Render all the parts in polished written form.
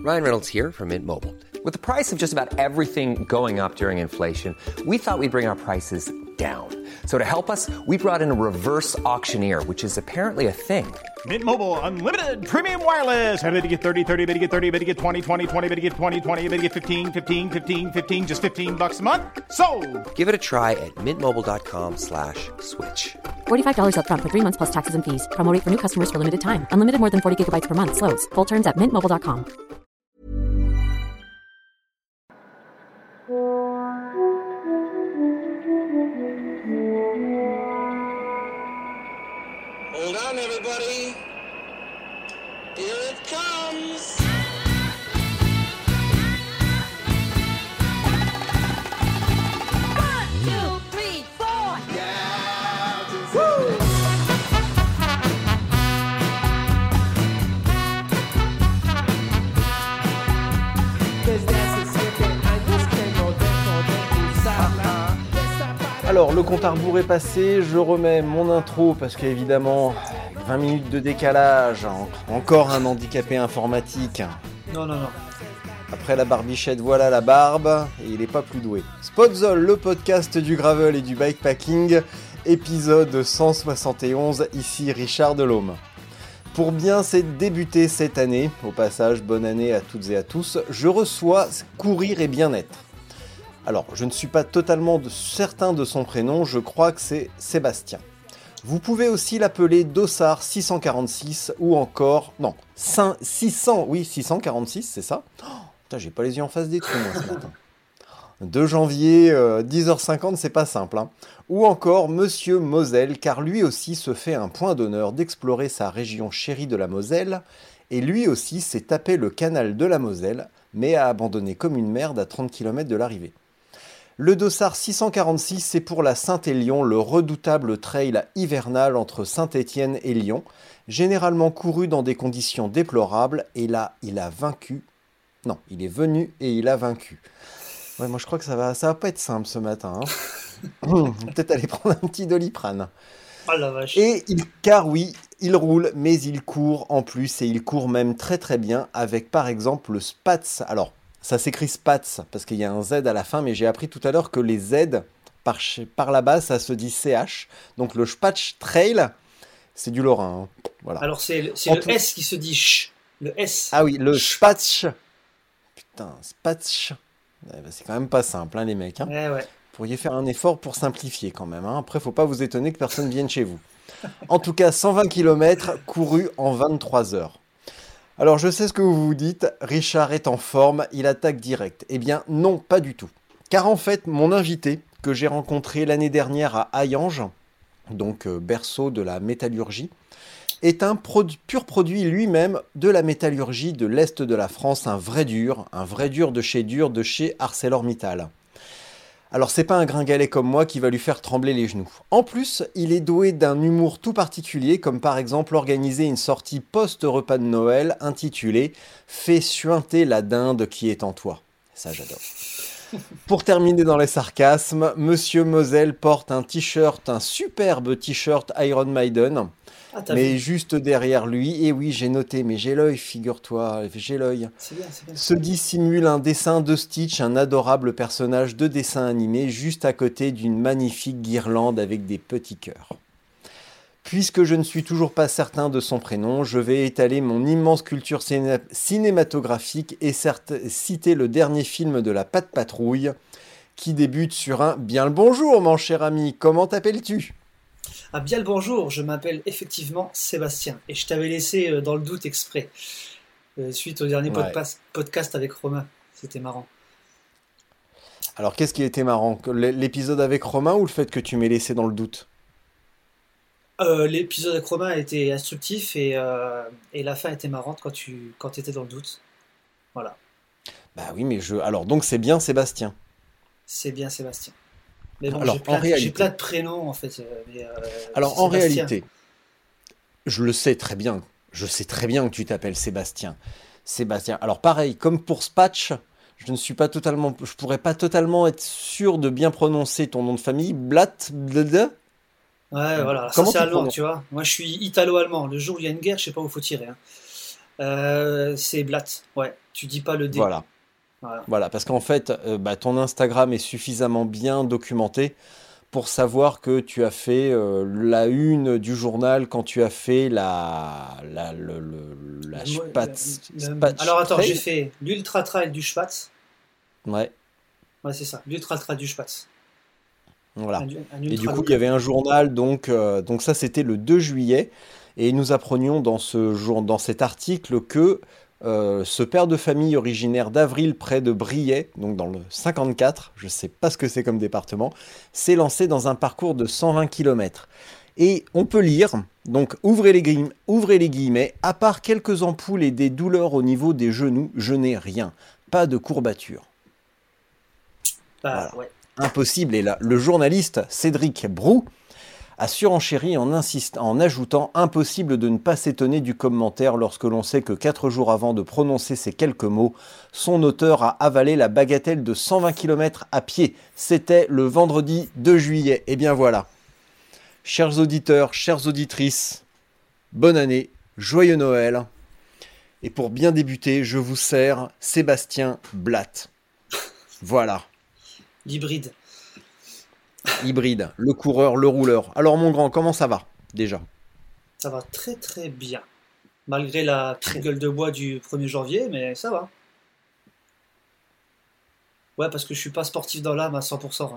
Ryan Reynolds here from Mint Mobile. With the price of just about everything going up during inflation, we thought we'd bring our prices down. So to help us, we brought in a reverse auctioneer, which is apparently a thing. Mint Mobile Unlimited Premium Wireless. How to get 30, 30, bit to get 30, bit to get 20, 20, 20, bit to get 20, 20, bit to get 15, 15, 15, 15, just $15 a month? Sold! Give it a try at mintmobile.com/switch. $45 up front for 3 months plus taxes and fees. Promo rate for new customers for limited time. Unlimited more than 40 gigabytes per month. Slows full terms at mintmobile.com. Hold on, everybody. Here it comes. One, two, three, four. Alors, le compte à rebours est passé, je remets mon intro parce qu'évidemment, 20 minutes de décalage, encore un handicapé informatique. Non. Après la barbichette, voilà la barbe, et il est pas plus doué. Spotzol, le podcast du gravel et du bikepacking, épisode 171, ici Richard Delhomme. Pour bien débuter cette année, au passage, bonne année à toutes et à tous, je reçois Courir et Bien-être. Alors, je ne suis pas totalement certain de son prénom, je crois que c'est Sébastien. Vous pouvez aussi l'appeler Dossard 646 ou encore... Non, 646, c'est ça. Putain, j'ai pas les yeux en face des trous, moi, ce matin. 2 janvier, 10h50, c'est pas simple. Hein. Ou encore Monsieur Moselle, car lui aussi se fait un point d'honneur d'explorer sa région chérie de la Moselle, et lui aussi s'est tapé le canal de la Moselle, mais a abandonné comme une merde à 30 km de l'arrivée. Le Dossard 646, c'est pour la Saint-Élion, le redoutable trail hivernal entre Saint-Étienne et Lyon, généralement couru dans des conditions déplorables, et là, il a vaincu. Non, il est venu et il a vaincu. Ouais, moi je crois que ça va pas être simple ce matin. Hein. Peut-être aller prendre un petit Doliprane. Oh la vache. Car oui, il roule, mais il court en plus, et il court même très très bien, avec par exemple le Spatz. Alors, ça s'écrit Spatz, parce qu'il y a un Z à la fin, mais j'ai appris tout à l'heure que les Z, par là-bas, ça se dit CH. Donc le Spatz Trail, c'est du lorrain. Hein. Voilà. Alors c'est le S qui se dit ch. Le S. Ah oui, le Spatz. Putain, Spatz. C'est quand même pas simple, hein, les mecs. Hein. Ouais. Vous pourriez faire un effort pour simplifier quand même. Hein. Après, faut pas vous étonner que personne vienne chez vous. En tout cas, 120 km courus en 23 heures. Alors, je sais ce que vous vous dites, Richard est en forme, il attaque direct. Eh bien, non, pas du tout. Car en fait, mon invité, que j'ai rencontré l'année dernière à Hayange, donc berceau de la métallurgie, est un pur produit lui-même de la métallurgie de l'Est de la France, un vrai dur de chez ArcelorMittal. Alors c'est pas un gringalet comme moi qui va lui faire trembler les genoux. En plus, il est doué d'un humour tout particulier, comme par exemple organiser une sortie post-repas de Noël intitulée « Fais suinter la dinde qui est en toi ». Ça j'adore. Pour terminer dans les sarcasmes, Monsieur Moselle porte un superbe t-shirt Iron Maiden. Mais juste derrière lui, et oui j'ai noté, mais j'ai l'œil, figure-toi, j'ai l'œil. C'est bien. Se dissimule un dessin de Stitch, un adorable personnage de dessin animé, juste à côté d'une magnifique guirlande avec des petits cœurs. Puisque je ne suis toujours pas certain de son prénom, je vais étaler mon immense culture cinématographique et citer le dernier film de la Patte Patrouille, qui débute sur un « Bien le bonjour, mon cher ami, comment t'appelles-tu » Ah bien le bonjour, je m'appelle effectivement Sébastien et je t'avais laissé dans le doute exprès suite au dernier podcast avec Romain, c'était marrant. Alors qu'est-ce qui était marrant, l'épisode avec Romain ou le fait que tu m'aies laissé dans le doute? L'épisode avec Romain a été instructif et la fin était marrante quand tu étais dans le doute. Voilà. Bah oui, mais alors donc c'est bien Sébastien. C'est bien Sébastien. Mais bon, alors, j'ai plein de prénoms en fait. Alors en réalité, je sais très bien que tu t'appelles Sébastien. Alors pareil, comme pour Spatch, je pourrais pas totalement être sûr de bien prononcer ton nom de famille. Ouais, voilà, ça c'est allemand, tu vois. Moi je suis italo-allemand. Le jour où il y a une guerre, je sais pas où il faut tirer. Hein. C'est Blatt, ouais. Tu dis pas le D. Voilà. Voilà, parce qu'en fait, ton Instagram est suffisamment bien documenté pour savoir que tu as fait la une du journal quand tu as fait la Alors attends, Trail. j'ai fait l'Ultra Trail du Spatz. Ouais, Ouais, c'est ça, l'Ultra Trail du Spatz. voilà. Un Et du ultra coup, il y local. avait un journal, donc ça c'était le 2 juillet, et nous apprenions dans cet article que ce père de famille originaire d'Avril près de Briey, donc dans le 54, je ne sais pas ce que c'est comme département, s'est lancé dans un parcours de 120 km. Et on peut lire, donc ouvrez les guillemets, à part quelques ampoules et des douleurs au niveau des genoux, je n'ai rien, pas de courbature. Bah, Voilà. ouais. Impossible. Et là, le journaliste Cédric Brou a surenchéri en ajoutant impossible de ne pas s'étonner du commentaire lorsque l'on sait que 4 jours avant de prononcer ces quelques mots, son auteur a avalé la bagatelle de 120 km à pied. C'était le vendredi 2 juillet. Et bien voilà. Chers auditeurs, chères auditrices, bonne année, joyeux Noël. Et pour bien débuter, je vous sers Sébastien Blatt. Voilà. L'hybride. Hybride, le coureur, le rouleur. Alors mon grand, comment ça va déjà? Ça va très très bien. Malgré la petite gueule de bois du 1er janvier, mais ça va. Ouais, parce que je suis pas sportif dans l'âme à 100%. Hein.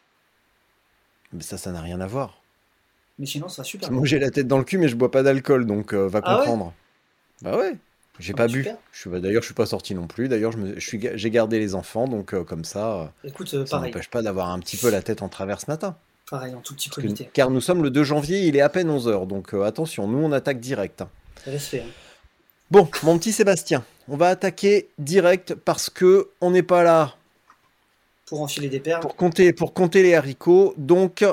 Mais ça n'a rien à voir. Mais sinon, ça va super Moi bien. j'ai la tête dans le cul mais je bois pas d'alcool donc va Ah ouais? comprendre. Bah ouais, j'ai Ah pas bah bu. super. D'ailleurs je suis pas sorti non plus. D'ailleurs j'ai gardé les enfants donc comme ça Écoute, ça pareil. n'empêche pas d'avoir un petit peu la tête en travers ce matin. Pareil, en tout petit Parce comité. car nous sommes le 2 janvier, il est à peine 11 heures donc attention, nous on attaque direct. Respect. Hein. Bon, mon petit Sébastien, on va attaquer direct parce que on n'est pas là Pour enfiler des perles. pour compter les haricots. Donc,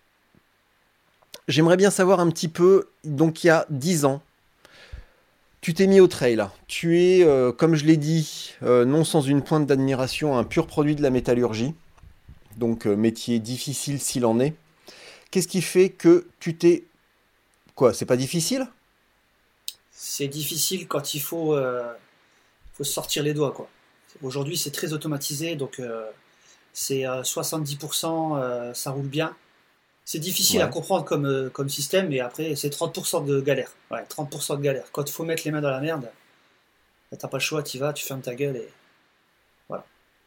j'aimerais bien savoir un petit peu. Donc, il y a 10 ans, tu t'es mis au trail. Tu es, comme je l'ai dit, non sans une pointe d'admiration, un pur produit de la métallurgie. Donc, métier difficile s'il en est. Qu'est-ce qui fait que tu t'es. Quoi, c'est pas difficile? C'est difficile quand faut sortir les doigts, quoi. Aujourd'hui, c'est très automatisé, donc c'est 70%, ça roule bien. C'est difficile à Ouais. comprendre comme système, mais après, c'est 30% de galère. Ouais, 30% de galère. Quand il faut mettre les mains dans la merde, bah, t'as pas le choix, t'y vas, tu fermes ta gueule et voilà.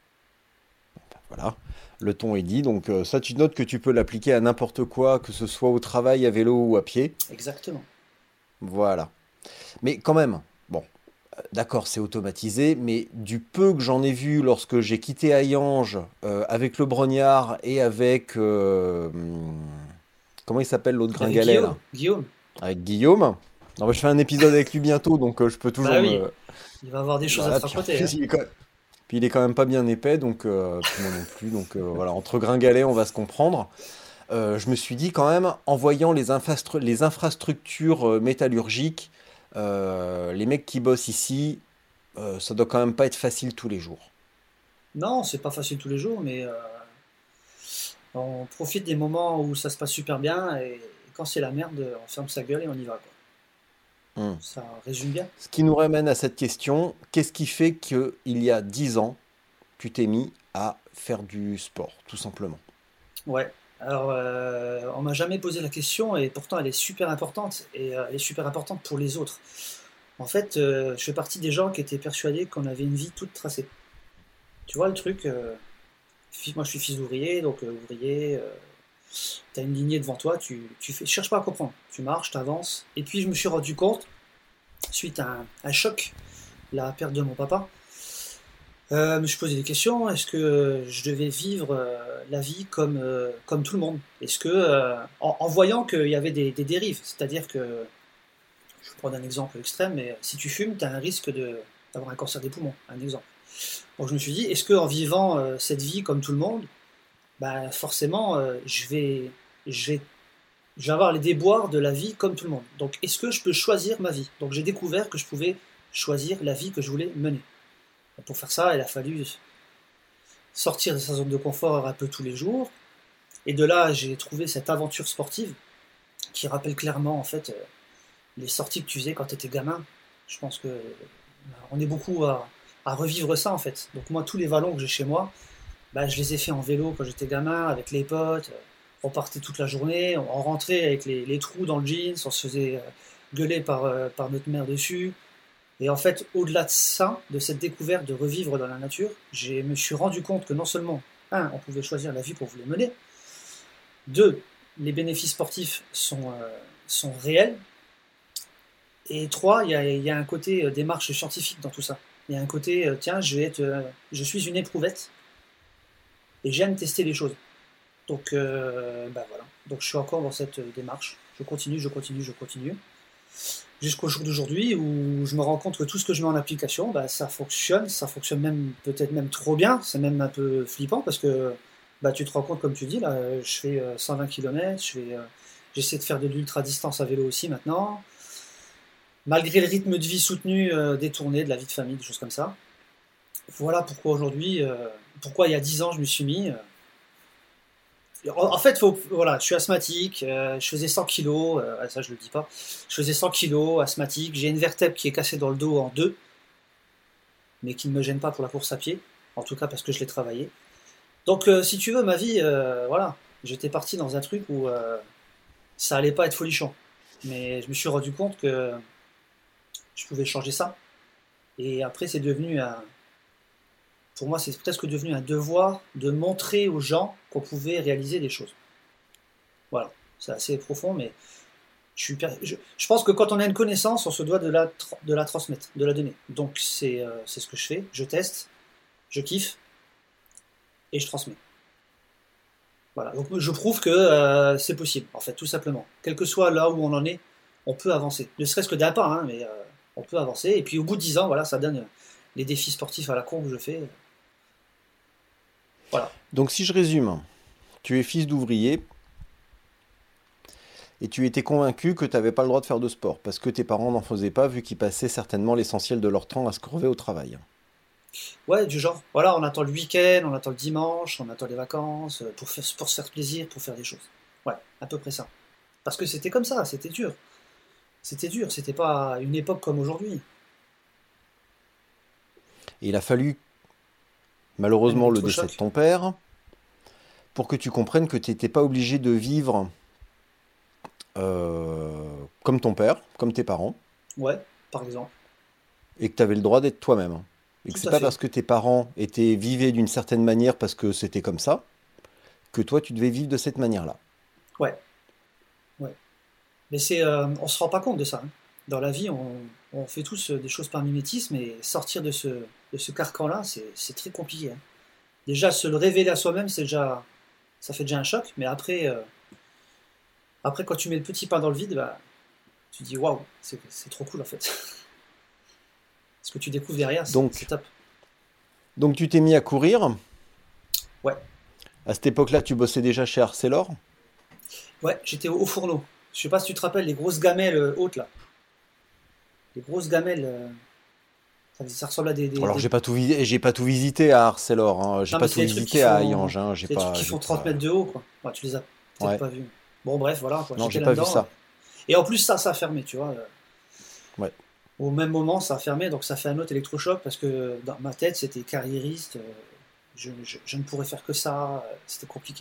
Voilà, le ton est dit. Donc, ça, tu notes que tu peux l'appliquer à n'importe quoi, que ce soit au travail, à vélo ou à pied. Exactement. Voilà. Mais quand même, bon, d'accord, c'est automatisé, mais du peu que j'en ai vu lorsque j'ai quitté Hayange avec le Brognard et avec... comment il s'appelle l'autre Avec gringalet là? Guillaume, Avec Guillaume. Non, mais je fais un épisode avec lui bientôt, donc je peux toujours bah oui, me... il va avoir des choses à Voilà, te puis en raconter. Hein. plus, puis il est quand même pas bien épais, donc puis moi non plus. Donc voilà, entre gringalets, on va se comprendre. Je me suis dit quand même, en voyant les infrastructures métallurgiques, les mecs qui bossent ici, ça doit quand même pas être facile tous les jours. Non, c'est pas facile tous les jours, mais on profite des moments où ça se passe super bien et quand c'est la merde, on ferme sa gueule et on y va, quoi. Hmm. Ça résume bien. Ce qui nous ramène à cette question, qu'est-ce qui fait qu'il y a 10 ans, tu t'es mis à faire du sport, tout simplement? Ouais. Alors, on m'a jamais posé la question et pourtant elle est super importante et elle est super importante pour les autres. En fait, je fais partie des gens qui étaient persuadés qu'on avait une vie toute tracée. Tu vois le truc moi je suis fils d'ouvrier, donc ouvrier, t'as une lignée devant toi, tu cherches pas à comprendre. Tu marches, t'avances. Et puis je me suis rendu compte, suite à un choc, la perte de mon papa, je me suis posé des questions. Est-ce que je devais vivre la vie comme tout le monde? Est-ce que, en voyant qu'il y avait des dérives, c'est-à-dire que, je vais prendre un exemple extrême, mais si tu fumes, tu as un risque d'avoir un cancer des poumons, un exemple. Donc je me suis dit, est-ce qu'en vivant cette vie comme tout le monde, bah forcément, je vais avoir les déboires de la vie comme tout le monde. Donc est-ce que je peux choisir ma vie? Donc j'ai découvert que je pouvais choisir la vie que je voulais mener. Et pour faire ça, il a fallu sortir de sa zone de confort un peu tous les jours. Et de là, j'ai trouvé cette aventure sportive qui rappelle clairement en fait les sorties que tu faisais quand tu étais gamin. Je pense que on est beaucoup à revivre ça en fait. Donc moi, tous les vallons que j'ai chez moi, bah, je les ai fait en vélo quand j'étais gamin, avec les potes. On partait toute la journée, on rentrait avec les trous dans le jeans, on se faisait gueuler par notre mère dessus. Et en fait, au-delà de ça, de cette découverte de revivre dans la nature, je me suis rendu compte que non seulement, un, on pouvait choisir la vie qu'on voulait mener, deux, les bénéfices sportifs sont réels, et trois, il y a un côté démarche scientifique dans tout ça. Il y a un côté, tiens, je suis une éprouvette, et j'aime tester les choses. Donc, bah voilà. Donc, je suis encore dans cette démarche. Je continue. Jusqu'au jour d'aujourd'hui où je me rends compte que tout ce que je mets en application, bah, ça fonctionne même peut-être même trop bien, c'est même un peu flippant parce que bah, tu te rends compte, comme tu dis, là, je fais 120 km, j'essaie de faire de l'ultra distance à vélo aussi maintenant, malgré le rythme de vie soutenu des tournées, de la vie de famille, des choses comme ça. Voilà pourquoi aujourd'hui, pourquoi il y a 10 ans je me suis mis. En fait, voilà, je suis asthmatique, je faisais 100 kilos, ça je le dis pas, je faisais 100 kilos, asthmatique, j'ai une vertèbre qui est cassée dans le dos en deux, mais qui ne me gêne pas pour la course à pied, en tout cas parce que je l'ai travaillé. Donc si tu veux, ma vie, voilà, j'étais parti dans un truc où ça allait pas être folichon, mais je me suis rendu compte que je pouvais changer ça, et après c'est devenu pour moi, c'est presque devenu un devoir de montrer aux gens qu'on pouvait réaliser des choses. Voilà, c'est assez profond, mais je pense que quand on a une connaissance, on se doit de la transmettre, de la donner. Donc c'est ce que je fais, je teste, je kiffe, et je transmets. Voilà, donc je prouve que c'est possible, en fait, tout simplement. Quel que soit là où on en est, on peut avancer. Ne serait-ce que d'un pas, hein, mais on peut avancer. Et puis au bout de 10 ans, voilà, ça donne les défis sportifs à la con que je fais. Voilà. Donc si je résume, tu es fils d'ouvrier et tu étais convaincu que tu n'avais pas le droit de faire de sport parce que tes parents n'en faisaient pas vu qu'ils passaient certainement l'essentiel de leur temps à se crever au travail. Ouais, du genre, voilà, on attend le week-end, on attend le dimanche, on attend les vacances, pour se faire plaisir, pour faire des choses. Ouais, à peu près ça. Parce que c'était comme ça, c'était dur. C'était pas une époque comme aujourd'hui. Et il a fallu, malheureusement, le décès Électrochoc. de ton père pour que tu comprennes que tu n'étais pas obligé de vivre comme ton père, comme tes parents, Ouais, par exemple. et que tu avais le droit d'être toi-même. Et que Tout c'est à pas fait. parce que tes parents vivaient d'une certaine manière parce que c'était comme ça, que toi tu devais vivre de cette manière-là. Ouais, ouais. Mais on se rend pas compte de ça, hein. Dans la vie, on fait tous des choses par mimétisme et sortir de ce carcan-là, c'est très compliqué, hein. Déjà, se le révéler à soi-même, ça fait déjà un choc, mais après, quand tu mets le petit pas dans le vide, bah, tu te dis waouh, c'est trop cool en fait. Ce que tu découvres derrière, c'est Donc, top. donc tu t'es mis à courir. Ouais, À cette époque-là, tu bossais déjà chez Arcelor. ouais, j'étais au fourneau. Je sais pas si tu te rappelles les grosses gamelles hautes là. Les grosses gamelles, ça ressemble à Alors, j'ai pas tout visité à Arcelor, hein. J'ai Non, pas mais tout c'est des trucs visité à Hayange, hein. c'est des trucs qui font 30 mètres de haut, quoi. Ouais, tu les as peut-être Ouais. pas vus. Bon, bref, voilà, quoi. Non, J'étais j'ai pas vu là-dedans. ça. Et en plus, ça a fermé, tu vois. Ouais. Au même moment, ça a fermé, donc ça fait un autre électrochoc parce que dans ma tête, c'était carriériste. Je ne pourrais faire que ça. C'était compliqué.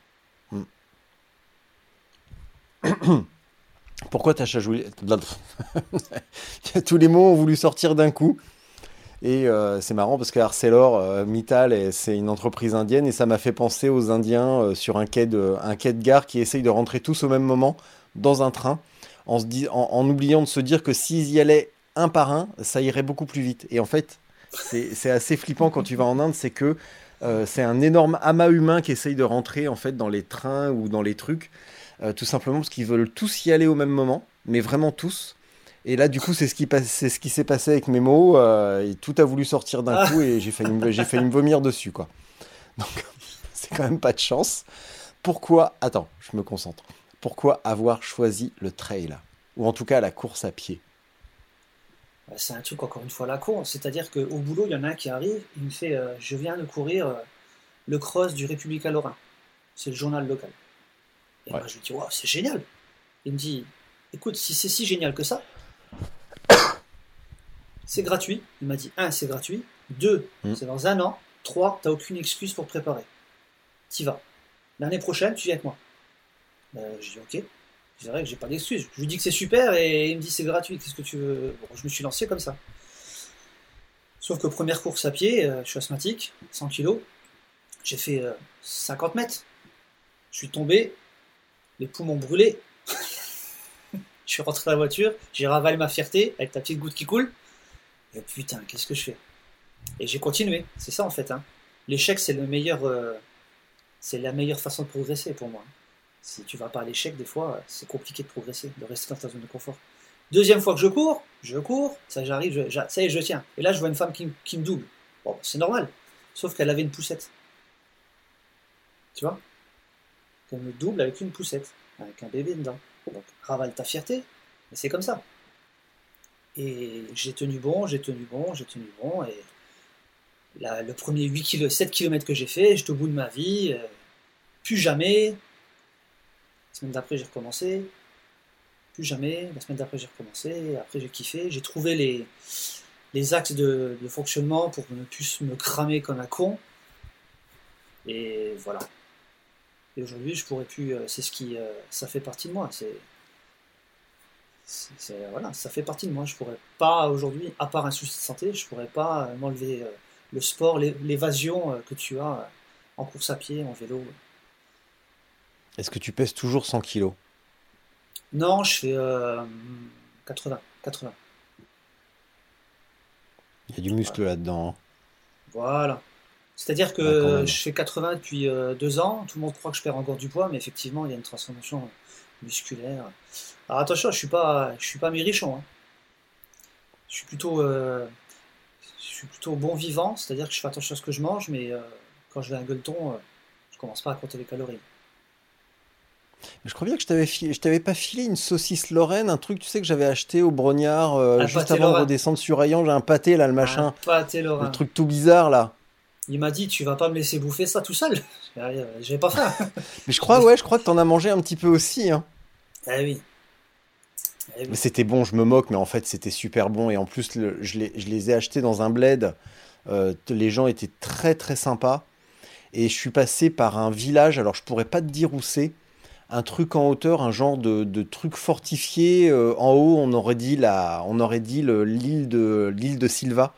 Pourquoi t'as chajoulé? Tous les mots ont voulu sortir d'un coup. Et c'est marrant parce que ArcelorMittal, c'est une entreprise indienne et ça m'a fait penser aux Indiens sur un quai de gare qui essayent de rentrer tous au même moment dans un train en oubliant de se dire que s'ils y allaient un par un, ça irait beaucoup plus vite. Et en fait, c'est assez flippant quand tu vas en Inde, c'est que c'est un énorme amas humain qui essaye de rentrer en fait dans les trains ou dans les trucs, tout simplement parce qu'ils veulent tous y aller au même moment, mais vraiment tous. Et là, du coup, c'est ce qui s'est passé avec mes mots. Et tout a voulu sortir d'un coup et j'ai failli me vomir dessus, quoi. Donc, c'est quand même pas de chance. Pourquoi... Attends, je me concentre. Pourquoi avoir choisi le trail? Ou en tout cas la course à pied? C'est un truc, encore une fois, à la con. C'est-à-dire qu'au boulot, il y en a un qui arrive, il me fait je viens de courir le cross du Républicain Lorrain. C'est le journal local. Et Ouais. moi, je lui dis waouh, c'est génial. Il me dit écoute, si c'est si génial que ça, c'est gratuit. Il m'a dit c'est gratuit. 2, c'est dans un an. 3, t'as aucune excuse pour te préparer. T'y vas. L'année prochaine, tu viens avec moi. Je dis ok. C'est vrai que j'ai pas d'excuse. Je lui dis que c'est super et il me dit c'est gratuit. Qu'est-ce que tu veux? Bon, je me suis lancé comme ça. Sauf que première course à pied, je suis asthmatique, 100 kilos. J'ai fait 50 mètres. Je suis tombé, les poumons brûlés. Je suis rentré dans la voiture, j'ai ravalé ma fierté avec ta petite goutte qui coule. Et putain, qu'est-ce que je fais? Et j'ai continué. C'est ça en fait. L'échec, c'est c'est la meilleure façon de progresser pour moi. Si tu vas pas à l'échec, des fois, c'est compliqué de progresser, de rester dans ta zone de confort. Deuxième fois que je cours, ça j'arrive, ça y est, je tiens. Et là, je vois une femme qui me double. Bon, c'est normal. Sauf qu'elle avait une poussette. Tu vois? Elle me double avec une poussette, avec un bébé dedans. Donc, ravale ta fierté. Mais c'est comme ça. Et j'ai tenu bon. Et là, le premier 7 km que j'ai fait, j'étais au bout de ma vie. Plus jamais. La semaine d'après, j'ai recommencé. Plus jamais. La semaine d'après, j'ai recommencé. Après, j'ai kiffé. J'ai trouvé les axes de fonctionnement pour ne plus me cramer comme un con. Et voilà. Et aujourd'hui, je pourrais plus. Ça fait partie de moi. Voilà, ça fait partie de moi. Je pourrais pas aujourd'hui, à part un souci de santé, je pourrais pas m'enlever le sport, l'évasion que tu as en course à pied, en vélo. Est-ce que tu pèses toujours 100 kilos? Non, je fais 80. Il y a du muscle là-dedans. Hein. Voilà. C'est-à-dire Ah, quand que même. je fais 80 depuis 2 ans. Tout le monde croit que je perds encore du poids, mais effectivement, il y a une transformation musculaire. Alors attention, je suis pas maigrichon. Je suis plutôt bon vivant, c'est-à-dire que je fais attention à ce que je mange, mais quand je vais à un gueuleton, je commence pas à compter les calories. Mais je crois bien que je t'avais pas filé une saucisse lorraine, un truc, tu sais, que j'avais acheté au Brognard Un juste pâté avant de lorrain. redescendre sur Rayon. J'ai un pâté là, le Un machin, pâté le lorrain. truc tout bizarre là. Il m'a dit, tu vas pas me laisser bouffer ça tout seul. J'avais pas faim. Mais je crois que t'en as mangé un petit peu aussi. Hein. Eh oui. Mais c'était bon, je me moque, mais en fait c'était super bon. Et en plus, je les ai achetés dans un bled. Les gens étaient très très sympas. Et je suis passé par un village, alors je pourrais pas te dire où c'est. Un truc en hauteur, un genre de truc fortifié. En haut, on aurait dit l'île de Silva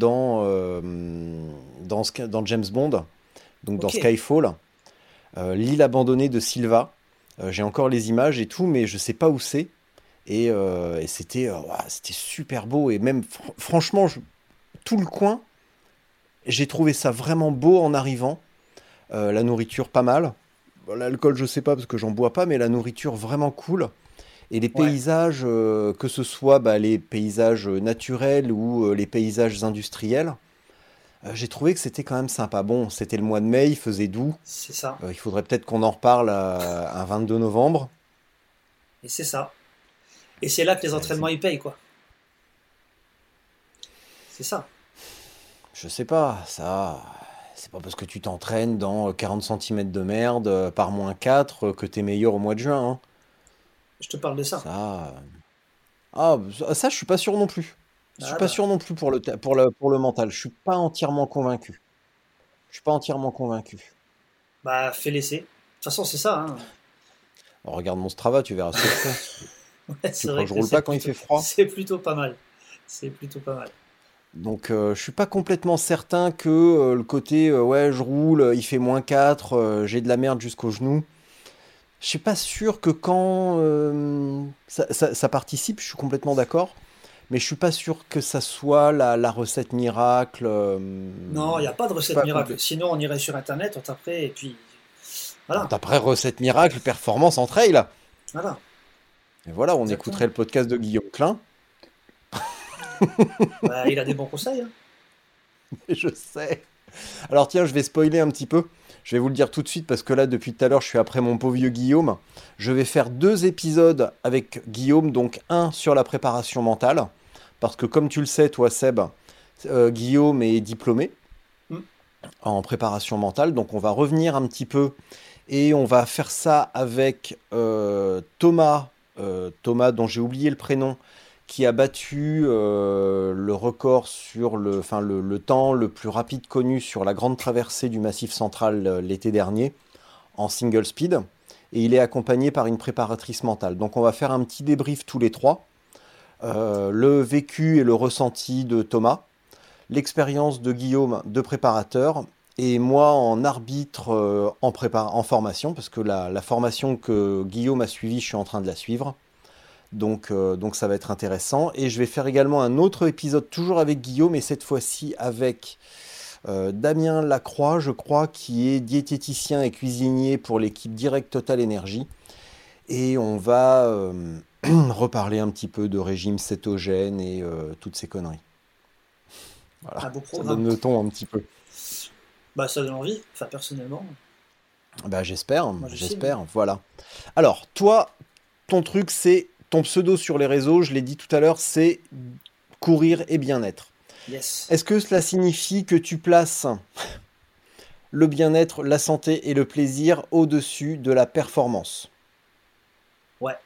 dans James Bond, donc dans Ok. Skyfall. L'île abandonnée de Silva. J'ai encore les images et tout, mais je sais pas où c'est. Et c'était super beau. Et même, franchement, tout le coin, j'ai trouvé ça vraiment beau en arrivant. La nourriture, pas mal. Bon, l'alcool, je sais pas parce que j'en bois pas, mais la nourriture, vraiment cool. Et les Ouais. paysages, que ce soit les paysages naturels ou les paysages industriels, j'ai trouvé que c'était quand même sympa. Bon, c'était le mois de mai, il faisait doux. C'est ça. Il faudrait peut-être qu'on en reparle un 22 novembre. Et c'est ça. Et c'est là que les entraînements ils payent, quoi. C'est ça. Je sais pas, ça. C'est pas parce que tu t'entraînes dans 40 cm de merde par -4 que t'es meilleur au mois de juin. Hein. Je te parle de ça. Ça. Ah, ça, je suis pas sûr non plus. Je suis Ah pas bah, sûr non plus pour le mental. Je suis pas entièrement convaincu. Je suis pas entièrement convaincu. fais l'essai. De toute façon, c'est ça. Alors, regarde mon Strava, tu verras ce que je fais. Ouais, Tu c'est crois vrai que je que roule pas quand il fait froid? c'est plutôt pas mal. C'est plutôt pas mal. Donc, je suis pas complètement certain que le côté ouais, je roule, il fait -4, j'ai de la merde jusqu'aux genoux. Je suis pas sûr que quand ça participe, je suis complètement d'accord, mais je suis pas sûr que ça soit la recette miracle. Non, il n'y a pas de Je suis recette pas miracle. complètement. Sinon, on irait sur Internet, on taperait, et puis voilà. D'après recette miracle, performance en trail. Voilà. Et voilà, on Exactement. écouterait le podcast de Guillaume Klein. Il a des bons conseils. Je sais. Alors tiens, je vais spoiler un petit peu. Je vais vous le dire tout de suite parce que là, depuis tout à l'heure, je suis après mon pauvre vieux Guillaume. Je vais faire 2 épisodes avec Guillaume, donc un sur la préparation mentale. Parce que comme tu le sais, toi Seb, Guillaume est diplômé Hmm. en préparation mentale. Donc on va revenir un petit peu et on va faire ça avec Thomas, Thomas dont j'ai oublié le prénom, qui a battu le record sur le temps le plus rapide connu sur la grande traversée du Massif central l'été dernier en single speed. Et il est accompagné par une préparatrice mentale. Donc on va faire un petit débrief tous les trois. Le vécu et le ressenti de Thomas, l'expérience de Guillaume de préparateur, et moi en arbitre en formation, parce que la formation que Guillaume a suivie, je suis en train de la suivre. Donc ça va être intéressant. Et je vais faire également un autre épisode, toujours avec Guillaume, et cette fois-ci avec Damien Lacroix, je crois, qui est diététicien et cuisinier pour l'équipe Direct Total Énergie. Et on va reparler un petit peu de régime cétogène et toutes ces conneries. Voilà, Un beau ça programme. donne le ton un petit peu. Bah, ça donne envie, enfin personnellement. Bah, j'espère, Moi, je j'espère, voilà. Alors, toi, ton truc, c'est ton pseudo sur les réseaux, je l'ai dit tout à l'heure, c'est courir et bien-être. Yes. Est-ce que cela signifie que tu places le bien-être, la santé et le plaisir au-dessus de la performance? Ouais.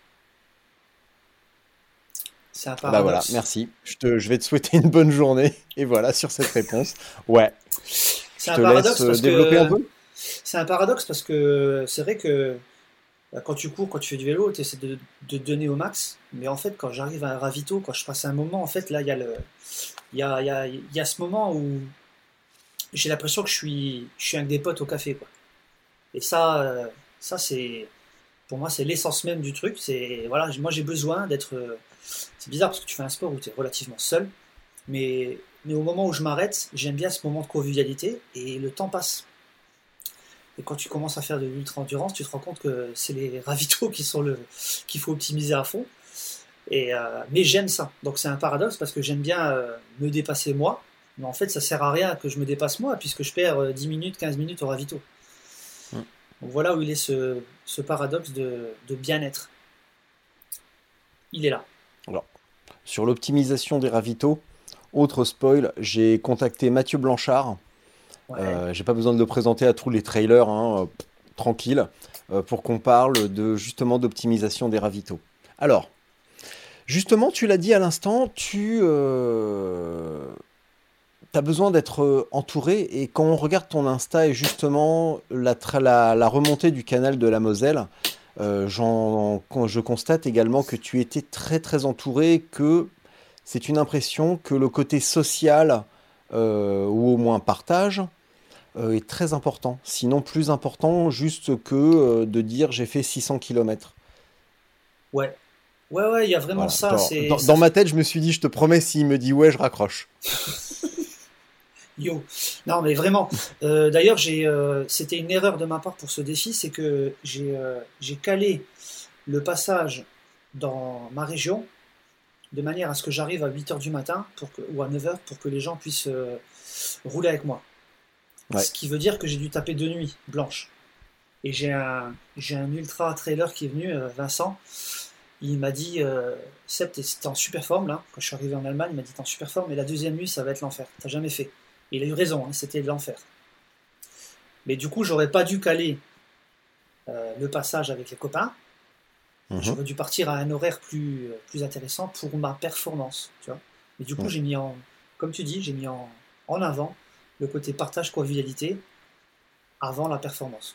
C'est un Bah voilà, paradoxe. merci. Je vais te souhaiter une bonne journée. Et voilà, sur cette réponse. Ouais. C'est Je un te paradoxe laisse parce développer un que peu. c'est un paradoxe parce que c'est vrai que quand tu cours, quand tu fais du vélo, tu essaies de te donner au max. Mais en fait, quand j'arrive à un ravito, quand je passe un moment, en fait, là, il y a il y a ce moment où j'ai l'impression que je suis avec des potes au café, quoi. Et ça c'est, pour moi, c'est l'essence même du truc. C'est, voilà, moi, j'ai besoin d'être. C'est bizarre parce que tu fais un sport où tu es relativement seul. Mais au moment où je m'arrête, j'aime bien ce moment de convivialité et le temps passe. Et quand tu commences à faire de l'ultra-endurance, tu te rends compte que c'est les ravitaux qu'il faut optimiser à fond. Mais j'aime ça. Donc c'est un paradoxe parce que j'aime bien me dépasser moi. Mais en fait, ça sert à rien que je me dépasse moi puisque je perds 10 minutes, 15 minutes au ravito. Mm. Donc voilà où il est ce paradoxe de bien-être. Il est là. Alors, sur l'optimisation des ravitaux, autre spoil, j'ai contacté Mathieu Blanchard. Ouais. J'ai pas besoin de le présenter à tous les trailers, hein, tranquille, pour qu'on parle justement d'optimisation des ravitaux. Alors, justement, tu l'as dit à l'instant, tu as besoin d'être entouré, et quand on regarde ton Insta et justement la remontée du canal de la Moselle, je constate également que tu étais très très entouré, que c'est une impression que le côté social, ou au moins partage, est très important. Sinon plus important juste que de dire j'ai fait 600 km. Ouais. Ouais, il y a vraiment Voilà. ça. Genre, dans ma tête, je me suis dit, je te promets, s'il me dit ouais, je raccroche. Yo. Non, mais vraiment. D'ailleurs, c'était une erreur de ma part pour ce défi, c'est que j'ai calé le passage dans ma région de manière à ce que j'arrive à 8h du matin ou à 9h pour que les gens puissent rouler avec moi. Ouais. Ce qui veut dire que j'ai dû taper 2 nuits blanches. Et j'ai un ultra trailer qui est venu, Vincent. Il m'a dit, Seb, t'es en super forme là. Quand je suis arrivé en Allemagne, il m'a dit t'es en super forme, mais la deuxième nuit, ça va être l'enfer. T'as jamais fait. Et il a eu raison, hein, c'était de l'enfer. Mais du coup, j'aurais pas dû caler le passage avec les copains. J'aurais dû partir à un horaire plus intéressant pour ma performance. Tu vois. Mais du coup, j'ai mis comme tu dis, j'ai mis en avant le côté partage convivialité avant la performance.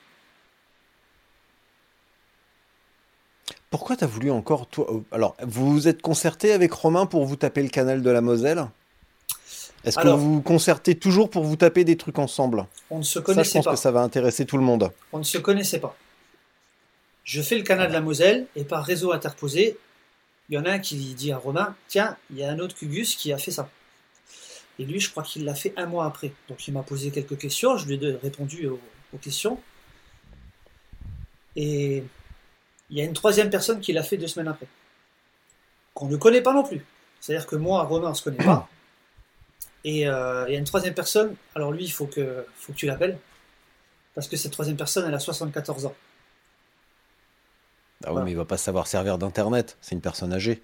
Pourquoi t'as voulu encore toi Alors, vous vous êtes concerté avec Romain pour vous taper le canal de la Moselle? Est-ce que Alors, vous vous concertez toujours pour vous taper des trucs ensemble? on ne se Ça, je connaissait pense pas. que ça va intéresser tout le monde. On ne se connaissait pas. Je fais le canal de la Moselle et par réseau interposé, il y en a un qui dit à Romain, tiens, il y a un autre Cugus qui a fait ça. Et lui, je crois qu'il l'a fait un mois après. Donc il m'a posé quelques questions, je lui ai répondu aux questions. Et il y a une troisième personne qui l'a fait 2 semaines après. Qu'on ne connaît pas non plus. C'est-à-dire que moi, Romain, on ne se connaît pas. Et il y a une troisième personne, alors lui, il faut que tu l'appelles. Parce que cette troisième personne, elle a 74 ans. Ah oui, Voilà. mais il va pas savoir servir d'internet, c'est une personne âgée.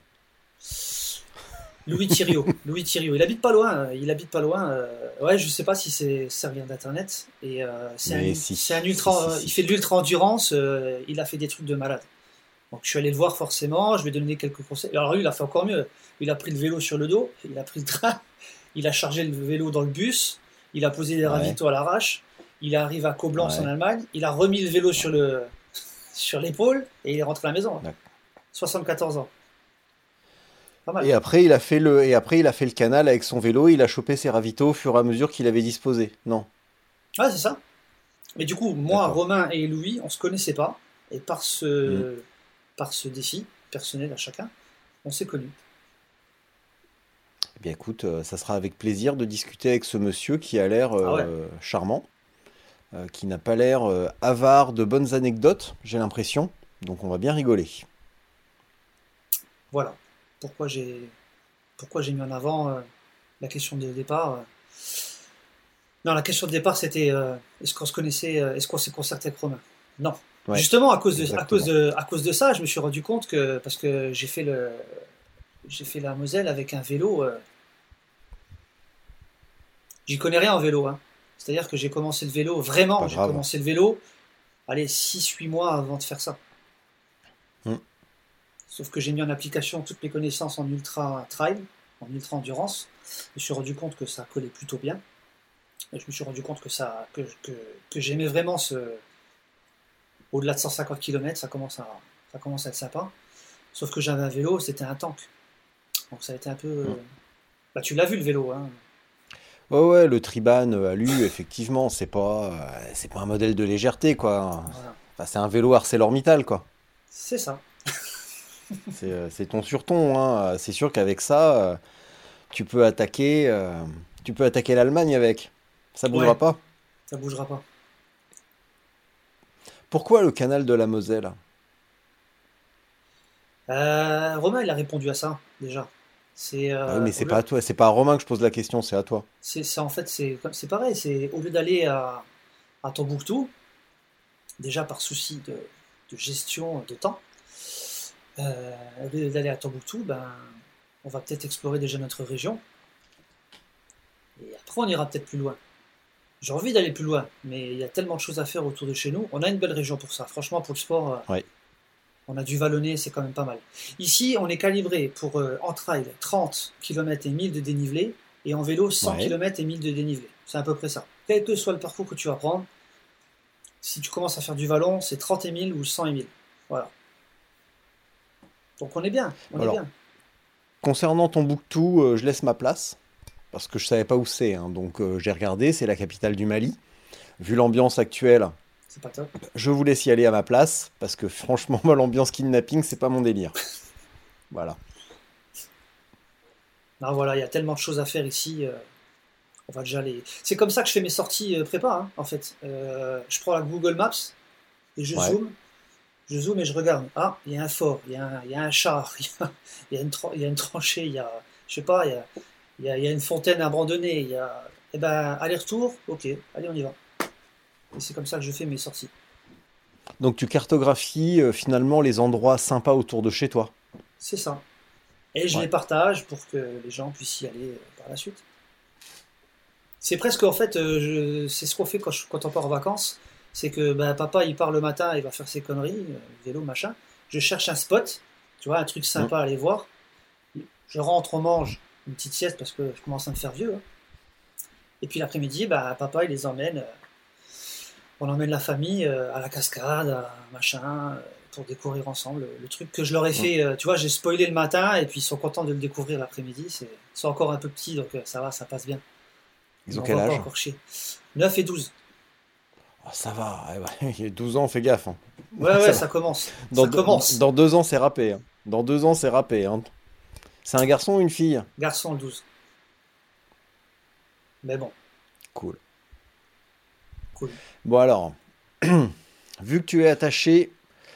Louis Thiriot. Louis Thiriot. Il habite pas loin. Ouais, je sais pas si c'est servir d'internet. Et Mais si. c'est un ultra. Si. Il fait de l'ultra endurance. Il a fait des trucs de malade. Donc je suis allé le voir forcément, je lui ai donné quelques conseils. Alors lui, il a fait encore mieux. Il a pris le vélo sur le dos, il a pris le train, il a chargé le vélo dans le bus, il a posé des Ouais, ravitaux à l'arrache, il arrive à Coblence en ouais. Allemagne, il a remis le vélo sur l'épaule et il est rentré à la maison. D'accord. 74 ans. Pas mal. Et après, il a fait le canal avec son vélo, il a chopé ses ravitaux au fur et à mesure qu'il avait disposé. Non, Ouais, c'est ça. Mais du coup, moi, d'accord. Romain et Louis, on se connaissait pas. Et Hmm. par ce défi personnel à chacun, on s'est connus. Eh bien, écoute, ça sera avec plaisir de discuter avec ce monsieur qui a l'air Ah ouais, charmant, qui n'a pas l'air avare de bonnes anecdotes, j'ai l'impression. Donc, on va bien rigoler. voilà. Pourquoi j'ai mis en avant la question de départ. Non, la question de départ, c'était est-ce qu'on se connaissait, est-ce qu'on s'est concerté avec Romain? Non. Ouais, Justement, exactement. à cause de ça, je me suis rendu compte que, parce que j'ai fait la Moselle avec un vélo, j'y connais rien en vélo, hein. C'est-à-dire que j'ai commencé le vélo, vraiment, Pas j'ai grave. commencé le vélo, allez, 6 8 mois avant de faire ça. Hmm. Sauf que j'ai mis en application toutes mes connaissances en ultra trail, en ultra endurance. Je me suis rendu compte que ça collait plutôt bien. Et je me suis rendu compte que j'aimais vraiment au-delà de 150 km, ça commence à être sympa. Sauf que j'avais un vélo, c'était un tank. Donc ça a été un peu. Hmm. Bah, tu l'as vu le vélo, hein. Ouais, ouais, le Triban Alu, effectivement, c'est pas un modèle de légèreté, quoi. Voilà. Enfin, c'est un vélo ArcelorMittal, quoi. C'est ça. C'est ton sur ton, hein. C'est sûr qu'avec ça, tu peux attaquer l'Allemagne avec. Ça bougera Ouais, pas. ça bougera pas. Pourquoi le canal de la Moselle? Romain, il a répondu à ça, déjà. C'est Ah oui, mais c'est pas à toi, c'est pas à Romain que je pose la question, c'est à toi. en fait, c'est pareil. C'est au lieu d'aller à Tombouctou, déjà par souci de gestion de temps, au lieu d'aller à Tombouctou, ben, on va peut-être explorer déjà notre région. Et après, on ira peut-être plus loin. J'ai envie d'aller plus loin, mais il y a tellement de choses à faire autour de chez nous. On a une belle région pour ça. Franchement, pour le sport, Ouais, on a du vallonné, c'est quand même pas mal. Ici, on est calibré pour en trail 30 km et 1000 de dénivelé, et en vélo 100 ouais. km et 1000 de dénivelé. C'est à peu près ça. Quel que soit le parcours que tu vas prendre, si tu commences à faire du vallon, c'est 30 et 1000 ou 100 et 1000. Voilà. Donc on est bien, on est Alors, bien. concernant Tombouctou, je laisse ma place, parce que je savais pas où c'est, hein. Donc j'ai regardé, c'est la capitale du Mali. Vu l'ambiance actuelle, C'est pas top. je vous laisse y aller à ma place, parce que franchement, moi, l'ambiance kidnapping, c'est pas mon délire. Voilà. Non, voilà, il y a tellement de choses à faire ici. On va déjà les. C'est comme ça que je fais mes sorties prépa, hein, en fait. Je prends la Google Maps et Ouais. je zoome et je regarde. Ah, il y a un fort, il y a un char, il y a une tranchée, je sais pas, il y a une fontaine abandonnée, eh ben, aller-retour, ok, allez, on y va. Et c'est comme ça que je fais mes sorties. Donc tu cartographies finalement les endroits sympas autour de chez toi. C'est ça. Et je les Ouais. partage pour que les gens puissent y aller par la suite. C'est presque, en fait, c'est ce qu'on fait quand on part en vacances. C'est que ben, papa, il part le matin, il va faire ses conneries, vélo, machin. Je cherche un spot, tu vois, un truc Mm. sympa à aller voir. Je rentre, on mange une petite sieste parce que je commence à me faire vieux, hein. Et puis l'après-midi, bah, papa, il les emmène. On emmène la famille à la cascade, à machin, pour découvrir ensemble le truc que je leur ai Mm. fait. Tu vois, j'ai spoilé le matin et puis ils sont contents de le découvrir l'après-midi. Ils sont encore un peu petits, donc ça va, ça passe bien. Ils Ils ont quel m'envoient pas âge? encore chier. 9 et 12. Oh, ça va, eh ben, il y a 12 ans, fais gaffe, hein. Ouais, Ça ouais, va. ça commence. Dans, Ça deux- dans, commence. dans 2 ans, c'est râpé, hein. Dans 2 ans, c'est râpé, hein. C'est un garçon ou une fille? Garçon, le 12. Mais bon, Cool. cool. Bon alors, vu que tu es attaché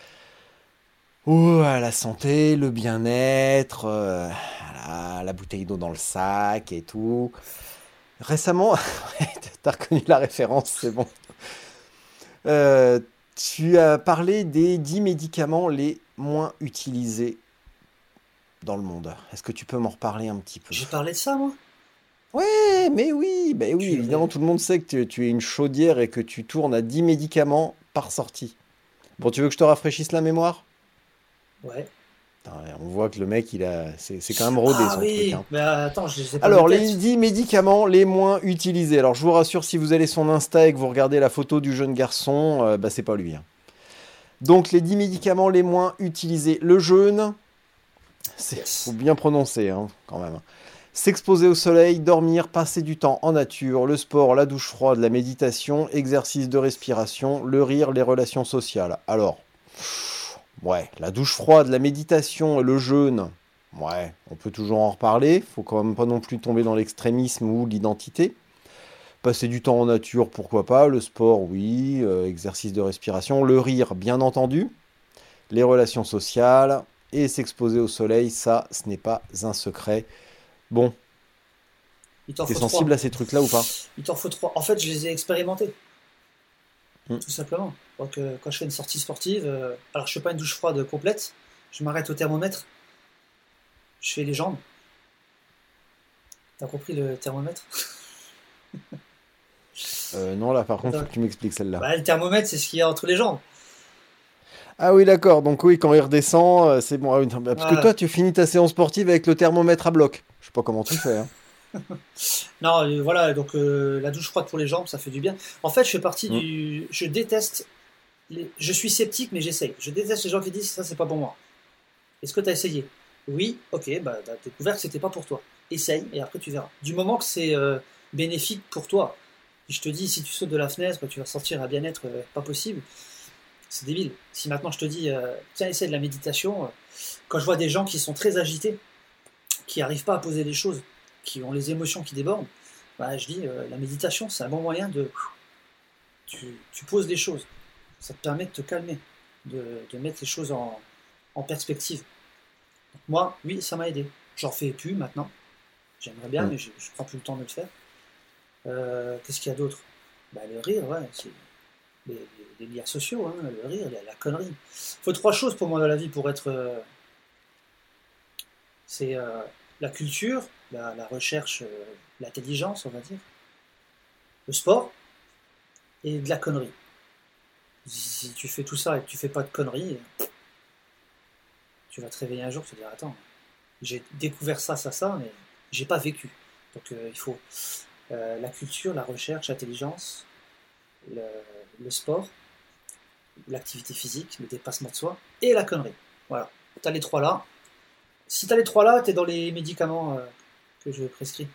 à la santé, le bien-être, à la bouteille d'eau dans le sac et tout, récemment, t'as reconnu la référence, c'est bon. Euh, Tu as parlé des 10 médicaments les moins utilisés dans le monde. Est-ce que tu peux m'en reparler un petit peu? J'ai parlé de ça, moi? Ouais, mais oui, ben oui, évidemment, Purée. tout le monde sait que tu es une chaudière et que tu tournes à 10 médicaments par sortie. Bon, tu veux que je te rafraîchisse la mémoire? Ouais. Putain, on voit que le mec, c'est quand même rodé Ah son truc, oui, hein. mais attends, je les ai pas Alors, de les tête. 10 médicaments les moins utilisés. Alors, je vous rassure, si vous allez sur son Insta et que vous regardez la photo du jeune garçon, bah, c'est pas lui, hein. Donc, les 10 médicaments les moins utilisés. Le jeûne, faut Yes. bien prononcer, hein, quand même. S'exposer au soleil, dormir, passer du temps en nature, le sport, la douche froide, la méditation, exercice de respiration, le rire, les relations sociales. Alors, ouais, la douche froide, la méditation et le jeûne, ouais, on peut toujours en reparler. Faut quand même pas non plus tomber dans l'extrémisme ou l'identité. Passer du temps en nature, pourquoi pas. Le sport, oui. Exercice de respiration. Le rire, bien entendu. Les relations sociales. Et s'exposer au soleil, ça, ce n'est pas un secret. Bon, Il t'en t'es faut sensible trois. à ces trucs-là ou pas? Il t'en faut trois. En fait, je les ai expérimentés, Hmm. tout simplement. Donc, quand je fais une sortie sportive, alors je fais pas une douche froide complète, je m'arrête au thermomètre, je fais les jambes. T'as compris le thermomètre? Non, là, par contre, faut Attends. que tu m'expliques celle-là. Bah, le thermomètre, c'est ce qu'il y a entre les jambes. Ah oui, d'accord. Donc oui, quand il redescend, c'est bon. Ah oui, non, bah, parce que Voilà. toi, tu finis ta séance sportive avec le thermomètre à bloc. Je sais pas comment tu fais, hein. Non, voilà, donc la douche froide pour les jambes, ça fait du bien. En fait, je fais partie Hmm. du. Je déteste. Je suis sceptique, mais j'essaye. Je déteste les gens qui disent ça, c'est pas pour moi. Est-ce que tu as essayé? Oui, ok, bah t'as découvert que c'était pas pour toi. Essaye et après tu verras. Du moment que c'est bénéfique pour toi. Si je te dis, si tu sautes de la fenêtre, tu vas sortir à bien-être, pas possible, c'est débile. Si maintenant je te dis, tiens, essaie de la méditation, quand je vois des gens qui sont très agités, qui n'arrivent pas à poser les choses, qui ont les émotions qui débordent, bah, je dis, la méditation, c'est un bon moyen de. Tu poses les choses. Ça te permet de te calmer, de mettre les choses en perspective. Donc moi, oui, ça m'a aidé. J'en fais plus maintenant. J'aimerais bien, Hmm. mais je ne prends plus le temps de le faire. Qu'est-ce qu'il y a d'autre? Bah, le rire, ouais, c'est les liens sociaux, hein, le rire, la connerie. Il faut trois choses pour moi dans la vie pour être. C'est la culture, la recherche, l'intelligence, on va dire, le sport et de la connerie. Si tu fais tout ça et que tu fais pas de conneries, tu vas te réveiller un jour et te dire attends, j'ai découvert ça, mais j'ai pas vécu. Donc il faut la culture, la recherche, l'intelligence, le, le sport, l'activité physique, le dépassement de soi et la connerie. Voilà, tu as les trois là. Si tu as les trois là, tu es dans les médicaments que je prescris.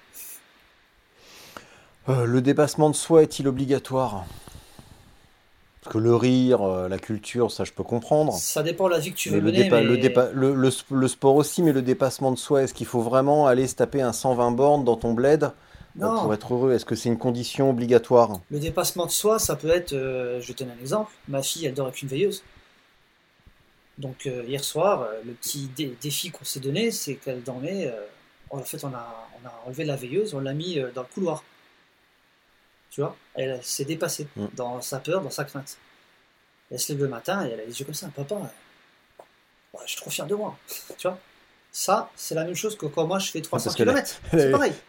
Le dépassement de soi est-il obligatoire? Parce que le rire, la culture, ça je peux comprendre. Ça dépend de la vie que tu Mais veux mener, mais le sport aussi, mais le dépassement de soi, est-ce qu'il faut vraiment aller se taper un 120 bornes dans ton bled pour non. être heureux? Est-ce que c'est une condition obligatoire? Le dépassement de soi, ça peut être, je vais te donner un exemple, ma fille, elle dort avec une veilleuse. Donc hier soir, le petit défi qu'on s'est donné, c'est qu'elle dormait, en fait on a enlevé la veilleuse, on l'a mis dans le couloir. Tu vois, elle s'est dépassée Mm. dans sa peur, dans sa crainte. Elle se lève le matin et elle a les yeux comme ça, papa, ouais, je suis trop fier de moi. Tu vois, ça, c'est la même chose que quand moi je fais 300 Parce qu'elle km. elle C'est avait, pareil.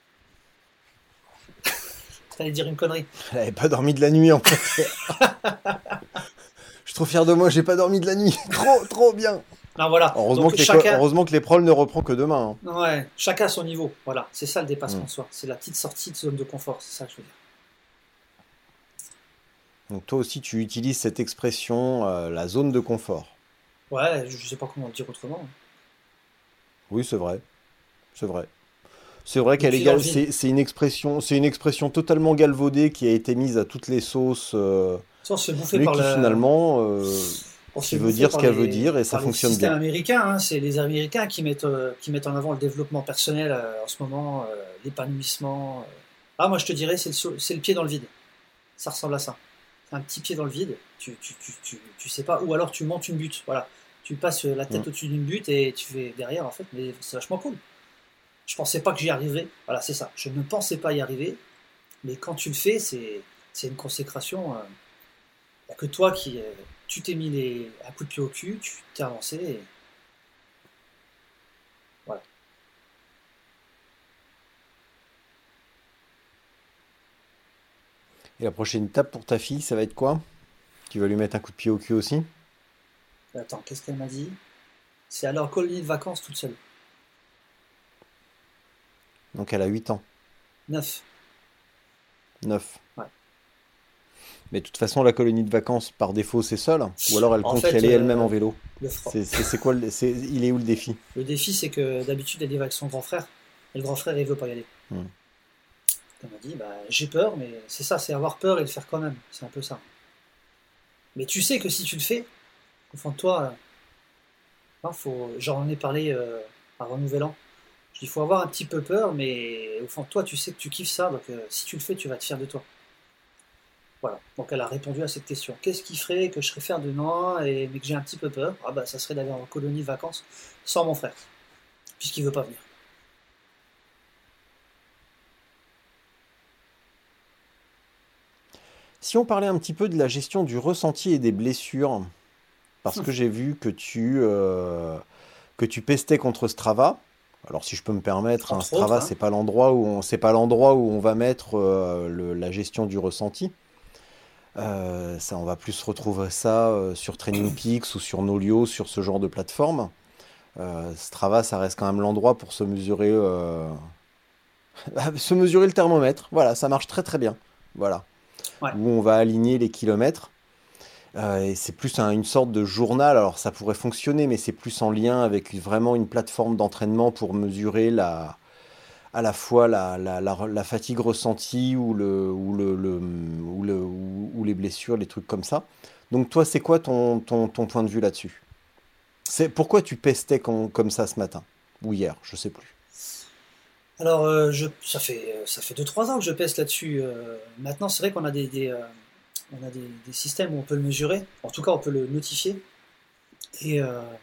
T'allais dire une connerie. elle avait pas dormi de la nuit en fait. Je suis trop fier de moi, j'ai pas dormi de la nuit. Trop, trop bien. Non, voilà. Heureusement Donc que chacun, heureusement que l'épreuve ne reprend que demain, hein. ouais, chacun à son niveau. Voilà, c'est ça le dépassement Mm. de soi. C'est la petite sortie de zone de confort. C'est ça que je veux dire. Donc toi aussi, tu utilises cette expression, la zone de confort. Ouais, je sais pas comment le dire autrement. Oui, c'est vrai. C'est vrai. C'est vrai Le qu'elle est pied dans le vide. c'est une expression totalement galvaudée qui a été mise à toutes les sauces, Ça, on se fait bouffer mais par qui le, finalement, on se qui fait veut bouffer dire ce qu'elle veut dire et ça par les fonctionne systèmes bien. américains. Hein. C'est les Américains qui mettent en avant le développement personnel en ce moment, l'épanouissement. Ah, moi je te dirais, c'est le pied dans le vide. Ça ressemble à ça. Un petit pied dans le vide. Tu sais pas. Ou alors tu montes une butte. Voilà. Tu passes la tête Mm. au-dessus d'une butte et tu fais derrière en fait. Mais c'est vachement cool. Je pensais pas que j'y arriverais. Voilà, c'est ça. Je ne pensais pas y arriver. Mais quand tu le fais, c'est une consécration. Il n'y a que toi qui. Tu t'es mis un coup de pied au cul, tu t'es avancé. Et voilà. Et la prochaine étape pour ta fille, ça va être quoi? Tu vas lui mettre un coup de pied au cul aussi? Attends, qu'est-ce qu'elle m'a dit? C'est aller en colonie de vacances toute seule. Donc elle a 8 ans, 9. 9. Ouais. Mais de toute façon, la colonie de vacances, par défaut, c'est seule. Ou alors elle En compte y fait, aller elle-même en vélo. C'est quoi il est où le défi? Le défi, c'est que d'habitude, elle y va avec son grand frère. Et le grand frère, il veut pas y aller. Elle m'a dit, j'ai peur, mais c'est ça, c'est avoir peur et le faire quand même. C'est un peu ça. Mais tu sais que si tu le fais, au fond de toi, j'en ai parlé avant Nouvel An. Je dis, il faut avoir un petit peu peur, mais au fond de toi, tu sais que tu kiffes ça, donc si tu le fais, tu vas être fier de toi. Voilà. Donc elle a répondu à cette question. Qu'est-ce qui ferait que je serais fier de moi, mais que j'ai un petit peu peur? Ça serait d'aller en colonie de vacances sans mon frère, puisqu'il veut pas venir. Si on parlait un petit peu de la gestion du ressenti et des blessures, parce que j'ai vu que tu pestais contre Strava. Alors si je peux me permettre, Entre Strava, autres, hein. c'est pas l'endroit où on va mettre la gestion du ressenti. On va plus retrouver ça sur Training Peaks ou sur Nolio, sur ce genre de plateforme. Strava, ça reste quand même l'endroit pour se mesurer le thermomètre. Voilà, ça marche très très bien. Voilà. Ouais. Où on va aligner les kilomètres. Et c'est plus une sorte de journal. Alors ça pourrait fonctionner, mais c'est plus en lien avec vraiment une plateforme d'entraînement pour mesurer à la fois la fatigue ressentie ou les blessures, les trucs comme ça. Donc toi, c'est quoi ton point de vue là-dessus? Pourquoi tu pestais comme ça ce matin? Ou hier, je sais plus. Alors, ça fait 2-3 ans que je peste là-dessus. Maintenant, c'est vrai qu'on a on a des systèmes où on peut le mesurer. En tout cas, on peut le notifier. Et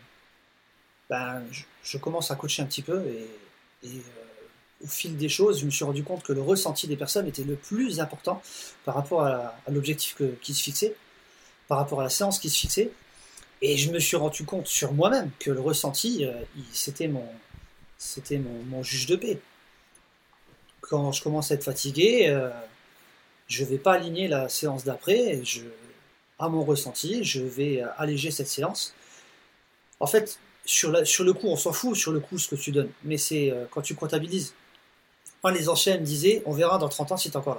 je commence à coacher un petit peu. Et au fil des choses, je me suis rendu compte que le ressenti des personnes était le plus important par rapport à l'objectif qui se fixait, par rapport à la séance qui se fixait. Et je me suis rendu compte sur moi-même que le ressenti, c'était mon juge de paix. Quand je commence à être fatigué, je ne vais pas aligner la séance d'après. À mon ressenti, je vais alléger cette séance. En fait, sur le coup, on s'en fout sur le coup ce que tu donnes. Mais c'est quand tu comptabilises. Moi, les anciens me disaient, on verra dans 30 ans si tu es encore là.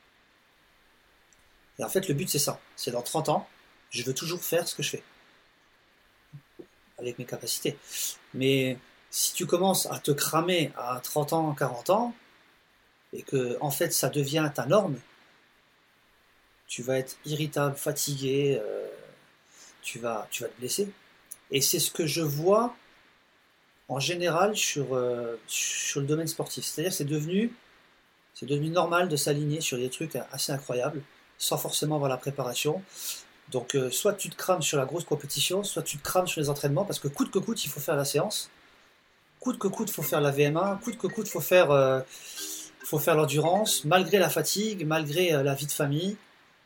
Et en fait, le but, c'est ça. C'est dans 30 ans, je veux toujours faire ce que je fais. Avec mes capacités. Mais si tu commences à te cramer à 30 ans, 40 ans, et que en fait ça devient ta norme, tu vas être irritable, fatigué, tu vas te blesser. Et c'est ce que je vois en général sur le domaine sportif. C'est-à-dire que c'est devenu normal de s'aligner sur des trucs assez incroyables, sans forcément avoir la préparation. Donc soit tu te crames sur la grosse compétition, soit tu te crames sur les entraînements, parce que coûte que coûte, il faut faire la séance. Coûte que coûte, il faut faire la VMA. Coûte que coûte, il faut faire l'endurance, malgré la fatigue, malgré la vie de famille.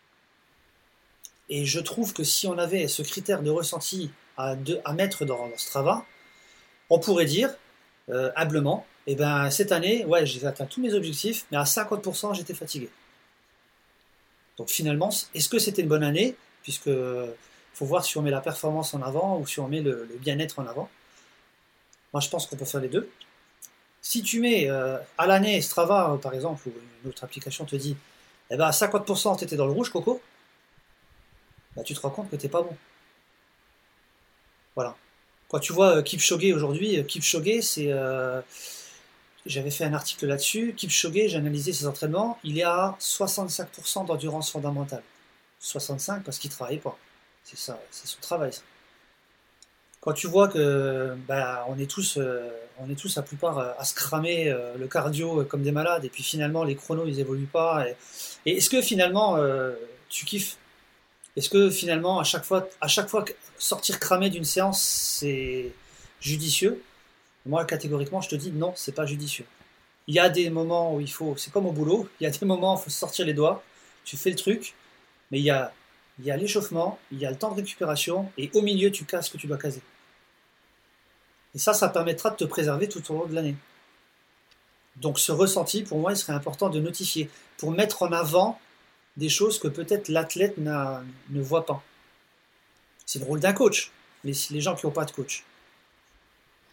Et je trouve que si on avait ce critère de ressenti à mettre dans Strava, on pourrait dire, humblement, cette année, ouais, j'ai atteint tous mes objectifs, mais à 50%, j'étais fatigué. Donc finalement, est-ce que c'était une bonne année? Puisque faut voir si on met la performance en avant ou si on met le bien-être en avant. Moi, je pense qu'on peut faire les deux. Si tu mets à l'année Strava, par exemple, ou une autre application te dit à 50% tu étais dans le rouge, Coco, tu te rends compte que tu n'es pas bon. Voilà. Quand tu vois Kipchoge aujourd'hui, Kipchoge, c'est... j'avais fait un article là-dessus. Kipchoge, j'ai analysé ses entraînements, il est à 65% d'endurance fondamentale. 65 parce qu'il ne travaille pas. C'est ça, c'est son travail, ça. Quand tu vois que on est tous la plupart à se cramer le cardio comme des malades, et puis finalement les chronos ils évoluent pas, et est-ce que finalement tu kiffes? Est-ce que finalement à chaque fois sortir cramé d'une séance c'est judicieux? Moi catégoriquement je te dis non, c'est pas judicieux. Il y a des moments où c'est comme au boulot, il y a des moments où il faut sortir les doigts, tu fais le truc, mais il y a l'échauffement, il y a le temps de récupération, et au milieu, tu casses ce que tu dois caser. Et ça permettra de te préserver tout au long de l'année. Donc ce ressenti, pour moi, il serait important de notifier, pour mettre en avant des choses que peut-être l'athlète ne voit pas. C'est le rôle d'un coach, les gens qui n'ont pas de coach.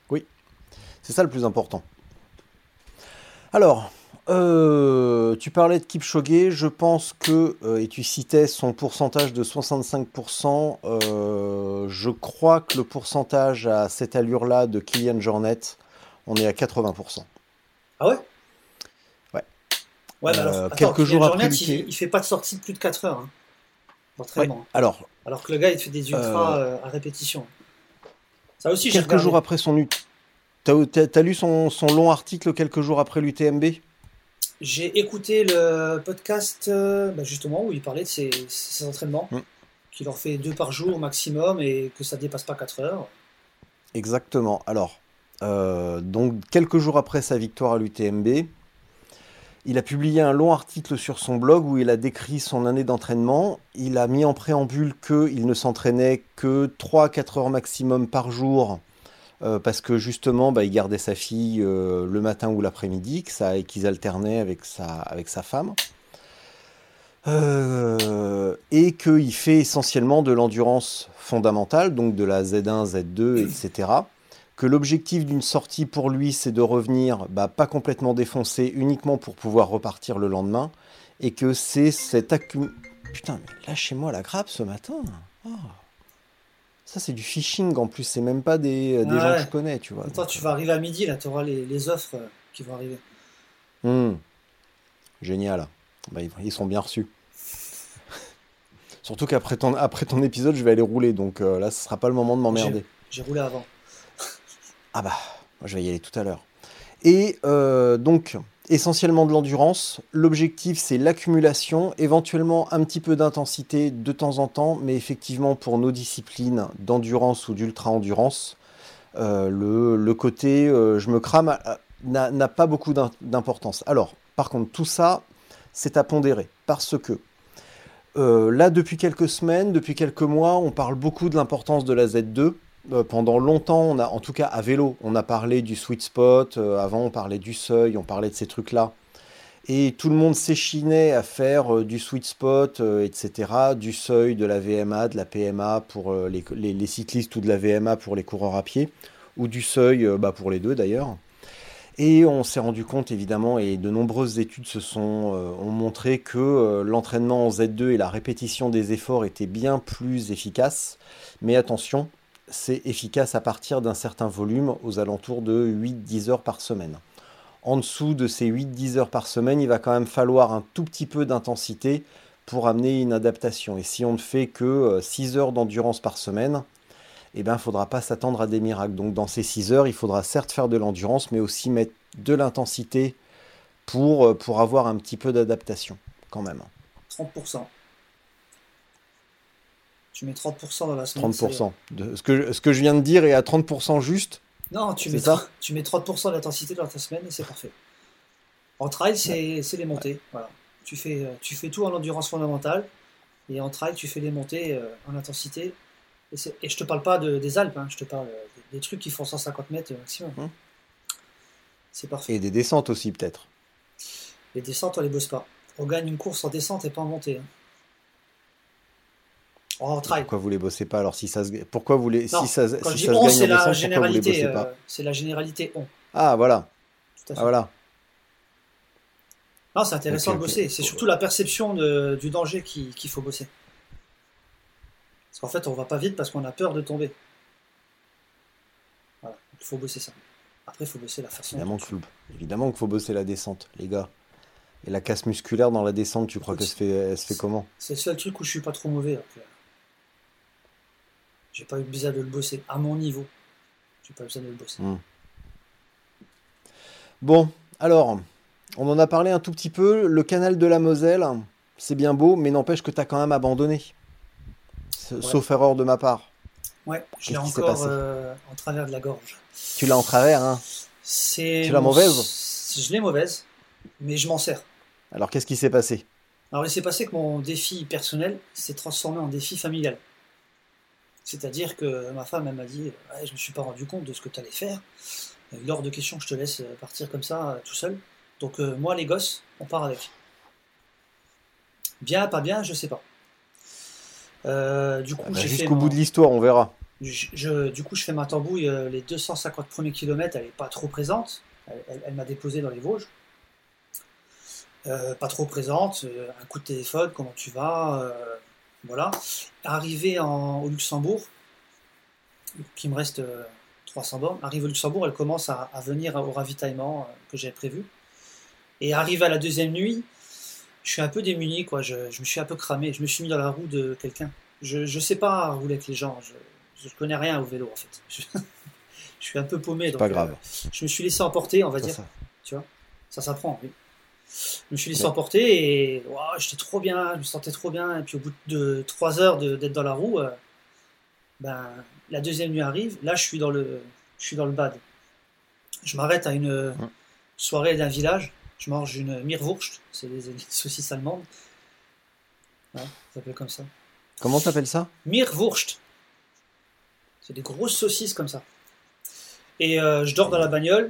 Oui, c'est ça le plus important. Alors, tu parlais de Kipchoge, je pense que, et tu citais son pourcentage de 65%, je crois que le pourcentage à cette allure-là de Kylian Jornet, on est à 80%. Ah ouais? Ouais. Ouais, mais alors, attends, Quelques jours Kylian après Jornet, l'UT. il fait pas de sortie de plus de 4 heures hein, Ouais, d'entraînement. alors, Alors que le gars, il fait des ultras euh, à répétition. Ça aussi, j'ai quelques jours regardé. après son UT. T'as lu son long article quelques jours après l'UTMB? J'ai écouté le podcast justement où il parlait de ses entraînements, Hmm. qu'il en fait 2 par jour maximum et que ça dépasse pas 4 heures. Exactement. Alors, donc quelques jours après sa victoire à l'UTMB, il a publié un long article sur son blog où il a décrit son année d'entraînement. Il a mis en préambule qu'il ne s'entraînait que 3 à 4 heures maximum par jour parce que justement, il gardait sa fille le matin ou l'après-midi, et qu'ils alternaient avec sa femme. Et qu'il fait essentiellement de l'endurance fondamentale, donc de la Z1, Z2, etc. Que l'objectif d'une sortie pour lui, c'est de revenir pas complètement défoncé, uniquement pour pouvoir repartir le lendemain, et que c'est cette Putain, mais lâchez-moi la grappe ce matin. Oh. Ça, c'est du phishing en plus, c'est même pas des Ah gens que je ouais. connais, tu vois. Attends, Donc, tu vas arriver à midi, là, tu auras les offres qui vont arriver. génial. Ils sont bien reçus. Surtout qu'après ton épisode, je vais aller rouler, donc là, ce sera pas le moment de m'emmerder. J'ai roulé avant. Ah bah, moi je vais y aller tout à l'heure. Et donc, essentiellement de l'endurance. L'objectif, c'est l'accumulation, éventuellement un petit peu d'intensité de temps en temps, mais effectivement, pour nos disciplines d'endurance ou d'ultra-endurance, le côté je me crame n'a pas beaucoup d'importance. Alors, par contre, tout ça, c'est à pondérer, parce que là, depuis quelques semaines, depuis quelques mois, on parle beaucoup de l'importance de la Z2. Pendant longtemps, en tout cas à vélo, on a parlé du sweet spot, avant on parlait du seuil, on parlait de ces trucs-là. Et tout le monde s'échinait à faire du sweet spot, etc., du seuil, de la VMA, de la PMA pour les cyclistes ou de la VMA pour les coureurs à pied, ou du seuil pour les deux d'ailleurs. Et on s'est rendu compte évidemment, et de nombreuses études ont montré que l'entraînement en Z2 et la répétition des efforts étaient bien plus efficaces. Mais attention, c'est efficace à partir d'un certain volume, aux alentours de 8-10 heures par semaine. En dessous de ces 8-10 heures par semaine, il va quand même falloir un tout petit peu d'intensité pour amener une adaptation. Et si on ne fait que 6 heures d'endurance par semaine, il ne faudra pas s'attendre à des miracles. Donc dans ces 6 heures, il faudra certes faire de l'endurance, mais aussi mettre de l'intensité pour avoir un petit peu d'adaptation, quand même. 30%. Tu mets 30% dans la semaine. 30%. Ce que je viens de dire est à 30% juste. Non, tu mets 30% d'intensité dans ta semaine et c'est parfait. En trail, c'est les montées. Voilà. Tu fais tout en endurance fondamentale et en trail, tu fais les montées en intensité. Et je te parle pas des Alpes, je te parle des trucs qui font 150 mètres maximum. C'est parfait. Et des descentes aussi, peut-être. Les descentes, on les bosse pas. On gagne une course en descente et pas en montée. En trail. Pourquoi vous les bossez pas alors si ça se... Pourquoi vous les... Non, si ça, quand si je dis ça se on, gagne c'est en la descente, pourquoi vous les généralité. bossez pas C'est la généralité on. Ah, voilà. Tout à fait. Ah, voilà. Non, c'est intéressant de bosser. C'est surtout la perception du danger qu'il faut bosser. Parce qu'en fait, on va pas vite parce qu'on a peur de tomber. Voilà, il faut bosser ça. Après, il faut bosser la façon. Évidemment qu'il faut bosser la descente, les gars. Et la casse musculaire dans la descente, tu crois qu'elle se fait comment? C'est le seul truc où je suis pas trop mauvais. Donc, j'ai pas eu besoin de le bosser. À mon niveau, j'ai pas eu besoin de le bosser. Bon, alors, on en a parlé un tout petit peu. Le canal de la Moselle, c'est bien beau, mais n'empêche que tu as quand même abandonné. Sauf erreur de ma part. Ouais, je l'ai Qu'est-ce qui s'est encore passé en travers de la gorge. Tu l'as en travers, hein? Tu l'as mauvaise? Je l'ai mauvaise, mais je m'en sers. Alors, qu'est-ce qui s'est passé? Alors, il s'est passé que mon défi personnel s'est transformé en défi familial. C'est-à-dire que ma femme, elle m'a dit je me suis pas rendu compte de ce que tu allais faire. Lors de questions, je te laisse partir comme ça, tout seul. Donc, moi, les gosses, on part avec. Bien, pas bien, je sais pas. Du coup, j'ai fait jusqu'au bout de l'histoire, on verra. Du coup, je fais ma tambouille, les 250 premiers kilomètres, elle n'est pas trop présente. Elle m'a déposé dans les Vosges. Pas trop présente, un coup de téléphone, comment tu vas, voilà. Arrivé au Luxembourg, qui me reste 300 bornes, arrivé au Luxembourg, elle commence à venir au ravitaillement que j'avais prévu. Et arrivé à la deuxième nuit, je suis un peu démuni, quoi. Je me suis un peu cramé, je me suis mis dans la roue de quelqu'un. Je sais pas rouler avec les gens, je connais rien au vélo en fait. Je suis un peu paumé, C'est donc pas grave. je me suis laissé emporter, on va Ça, dire, ça. tu vois. Ça s'apprend, oui. Je me suis laissé Mais emporter et ouah, j'étais trop bien, je me sentais trop bien. Et puis au bout de 3 heures d'être dans la roue, ben, la deuxième nuit arrive. Là, je suis dans le bad. Je m'arrête à une hum, soirée d'un village. Je mange une Mirwurst, c'est des saucisses allemandes. Ouais, ça s'appelle comme ça. comment t'appelles ça? Mirwurst, c'est des grosses saucisses comme ça. Et je dors dans la bagnole.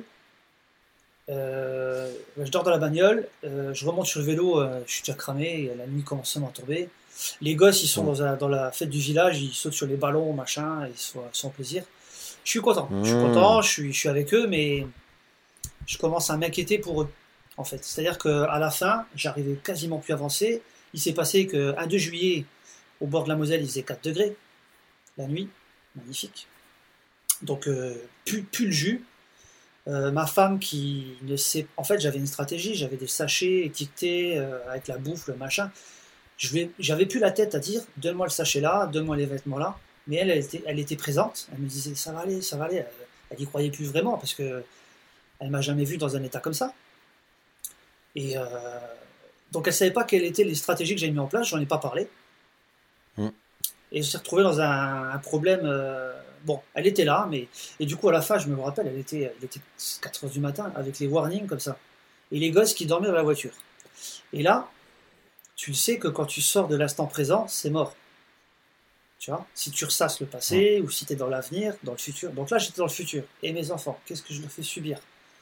Je dors dans la bagnole, je remonte sur le vélo, je suis déjà cramé, et la nuit commence à m'entomber. Les gosses, ils sont Hum, dans la fête du village, ils sautent sur les ballons, machin, ils sont en plaisir. Je suis content, hum. je suis avec eux, mais je commence à m'inquiéter pour eux, en fait. C'est-à-dire qu'à la fin, j'arrivais quasiment plus à avancer. Il s'est passé qu'un 2 juillet, au bord de la Moselle, il faisait 4 degrés, la nuit, magnifique. Donc, plus le jus. Ma femme qui ne sait. En fait, j'avais une stratégie, j'avais des sachets étiquetés avec la bouffe, le machin. J'avais plus la tête à dire donne-moi le sachet là, donne-moi les vêtements là. Mais elle était présente, elle me disait ça va aller, ça va aller. Elle y croyait plus vraiment parce que elle m'a jamais vu dans un état comme ça. Et donc elle savait pas quelles étaient les stratégies que j'avais mis en place, j'en ai pas parlé. Hum. Et je me suis retrouvé dans un problème. Bon, elle était là, mais. Et du coup, à la fin, je me rappelle, il était 4 heures du matin, avec les warnings comme ça. Et les gosses qui dormaient dans la voiture. Et là, tu le sais que quand tu sors de l'instant présent, c'est mort. Tu vois, si tu ressasses le Hum. passé, ou si tu es dans l'avenir, dans le futur. Donc là, j'étais dans le futur. Et mes enfants, qu'est-ce que je leur fais subir?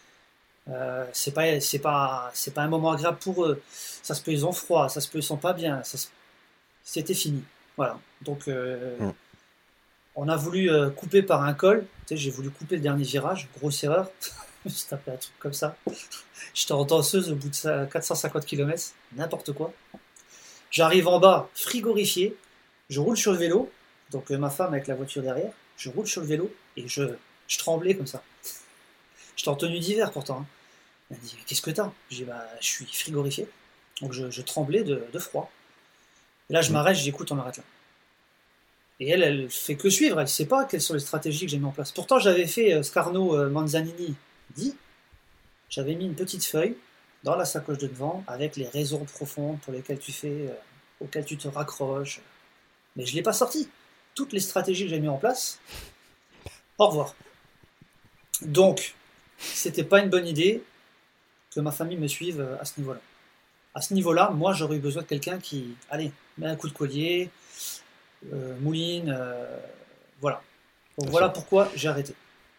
C'est pas un moment agréable pour eux. Ça se peut, ils ont froid, ça se peut, ils sont pas bien. C'était fini. Voilà. Donc, Hum. on a voulu couper par un col. Tu sais, j'ai voulu couper le dernier virage. Grosse erreur. Je me suis tapé un truc comme ça. J'étais en danseuse au bout de 450 km. N'importe quoi. J'arrive en bas, frigorifié. Je roule sur le vélo. Donc ma femme avec la voiture derrière. Je roule sur le vélo et je tremblais comme ça. J'étais en tenue d'hiver pourtant, hein. Elle m'a dit, qu'est-ce que t'as? J'ai dit, bah, je suis frigorifié. Donc je tremblais de froid. Et là, je Hum. m'arrête, je dis, écoute, on m'arrête là. Et elle fait que suivre, elle ne sait pas quelles sont les stratégies que j'ai mis en place. Pourtant, j'avais fait ce qu'Arnaud Manzanini dit, j'avais mis une petite feuille dans la sacoche de devant avec les raisons profondes pour lesquelles auxquelles tu te raccroches. Mais je ne l'ai pas sorti. Toutes les stratégies que j'ai mis en place, au revoir. Donc, c'était pas une bonne idée que ma famille me suive à ce niveau-là. À ce niveau-là, moi, j'aurais eu besoin de quelqu'un qui, allez, met un coup de collier, mouline, voilà. Donc Bien voilà sûr. pourquoi j'ai arrêté.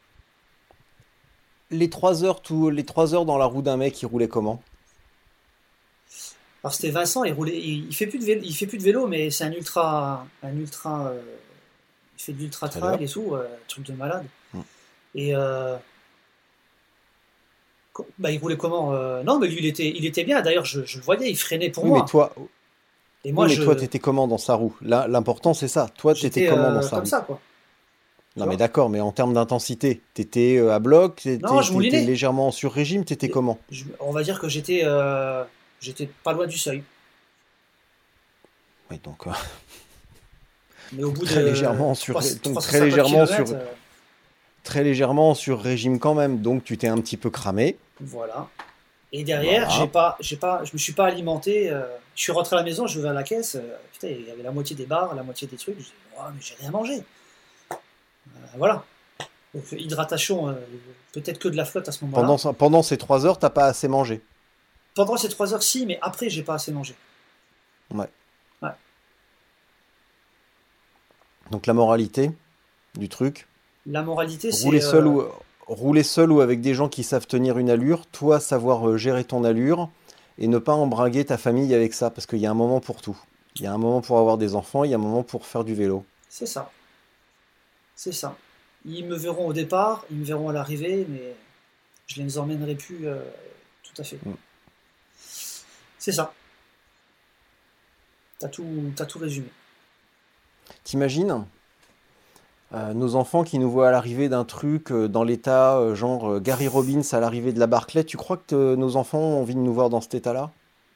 Les 3 heures dans la roue d'un mec, il roulait comment? Alors c'était Vincent, il fait plus de vélo, mais c'est il fait de l'ultra trail Trailer. et tout, truc de malade. Hum. Et bah, il roulait comment? Non, mais lui il était bien. D'ailleurs, je le voyais, il freinait pour Oui, mais moi. toi, Et oui, moi, mais toi, t'étais comment dans sa roue? Là, l'important, c'est ça. Toi, t'étais j'étais comment dans sa comme roue? ça, quoi. Tu Non, mais vois? d'accord, mais en termes d'intensité, t'étais à bloc, Non, je t'étais moulinais. légèrement en sur-régime, t'étais comment? On va dire que j'étais pas loin du seuil. Oui, donc, Mais au bout très de légèrement sur, donc 350 km, très légèrement sur régime quand même. Donc, tu t'es un petit peu cramé. voilà. Et derrière, Voilà. je me suis pas alimenté. Je suis rentré à la maison, je vais à la caisse. Putain, il y avait la moitié des bars, la moitié des trucs. Je dis, oh, mais j'ai rien mangé. Voilà. Donc, hydratation, peut-être que de la flotte à ce moment-là. Pendant ces 3 heures, t'as pas assez mangé. Pendant ces 3 heures, si, mais après, j'ai pas assez mangé. Ouais. Ouais. Donc, la moralité du truc, La moralité, c'est rouler seul ou, rouler seul ou avec des gens qui savent tenir une allure, toi, savoir gérer ton allure et ne pas embringuer ta famille avec ça, parce qu'il y a un moment pour tout. Il y a un moment pour avoir des enfants, il y a un moment pour faire du vélo. c'est ça. C'est ça. Ils me verront au départ, ils me verront à l'arrivée, mais je les emmènerai plus tout à fait. C'est ça. T'as tout résumé. T'imagines nos enfants qui nous voient à l'arrivée d'un truc dans l'état, genre Gary Robbins à l'arrivée de la Barclay, tu crois que nos enfants ont envie de nous voir dans cet état-là?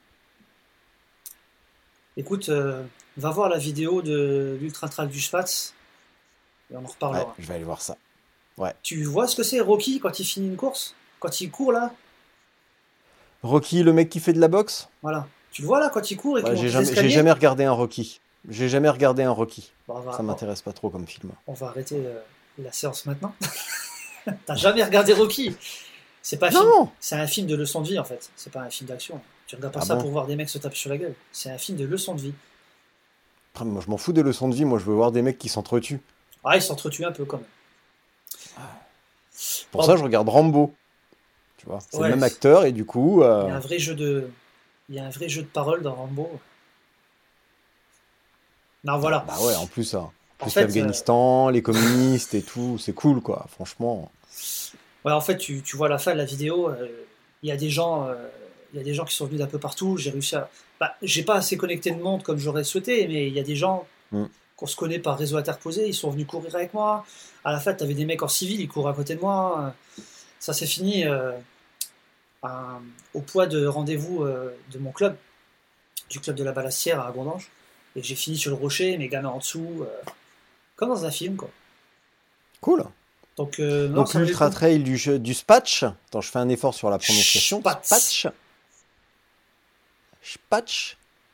Écoute, va voir la vidéo de l'Ultra Trail du Spatz et on en Ouais, reparlera. je vais aller voir ça. Ouais. Tu vois ce que c'est Rocky quand il finit une course? Quand il court là? Rocky, le mec qui fait de la boxe? Voilà. Tu le vois là quand il court et qu'il Ouais, monte j'ai les jamais, j'ai escaliers? jamais regardé un Rocky. J'ai jamais regardé un Rocky. Bon, Ça m'intéresse pas trop comme film. on va arrêter la séance maintenant. T'as jamais regardé Rocky? C'est pas un film, Non! c'est un film de leçon de vie en fait. C'est pas un film d'action. Tu regardes pas Ah ça bon? pour voir des mecs se taper sur la gueule. C'est un film de leçon de vie. Après, moi, je m'en fous des leçons de vie. Moi, je veux voir des mecs qui s'entretuent. Ah, ils s'entretuent un peu quand même. Pour Oh, ça, je regarde Rambo. Tu vois, c'est le ouais, même acteur et du coup, il y a un vrai jeu de, il y a un vrai jeu de parole dans Rambo. Non, voilà. bah ouais, en plus, hein, En plus fait, l'Afghanistan, les communistes et tout, c'est cool, quoi. Franchement. ouais, en fait, tu vois la fin de la vidéo. Il y a des gens, il y a des gens qui sont venus d'un peu partout. J'ai réussi à, bah, j'ai pas assez connecté de monde comme j'aurais souhaité, mais il y a des gens Mm. qu'on se connaît par réseau interposé. Ils sont venus courir avec moi. À la fin, t'avais des mecs en civil, ils courent à côté de moi. Ça s'est fini au poids de rendez-vous de mon club, du club de la Balassière à Gondange. Et j'ai fini sur le rocher, mes gamins en dessous, comme dans un film, quoi. Cool. Donc, non, Donc, ça valait le l'Ultra coup. Trail du Spatch. Attends, je fais un effort sur la prononciation. Spatz. Spatch. Spatch.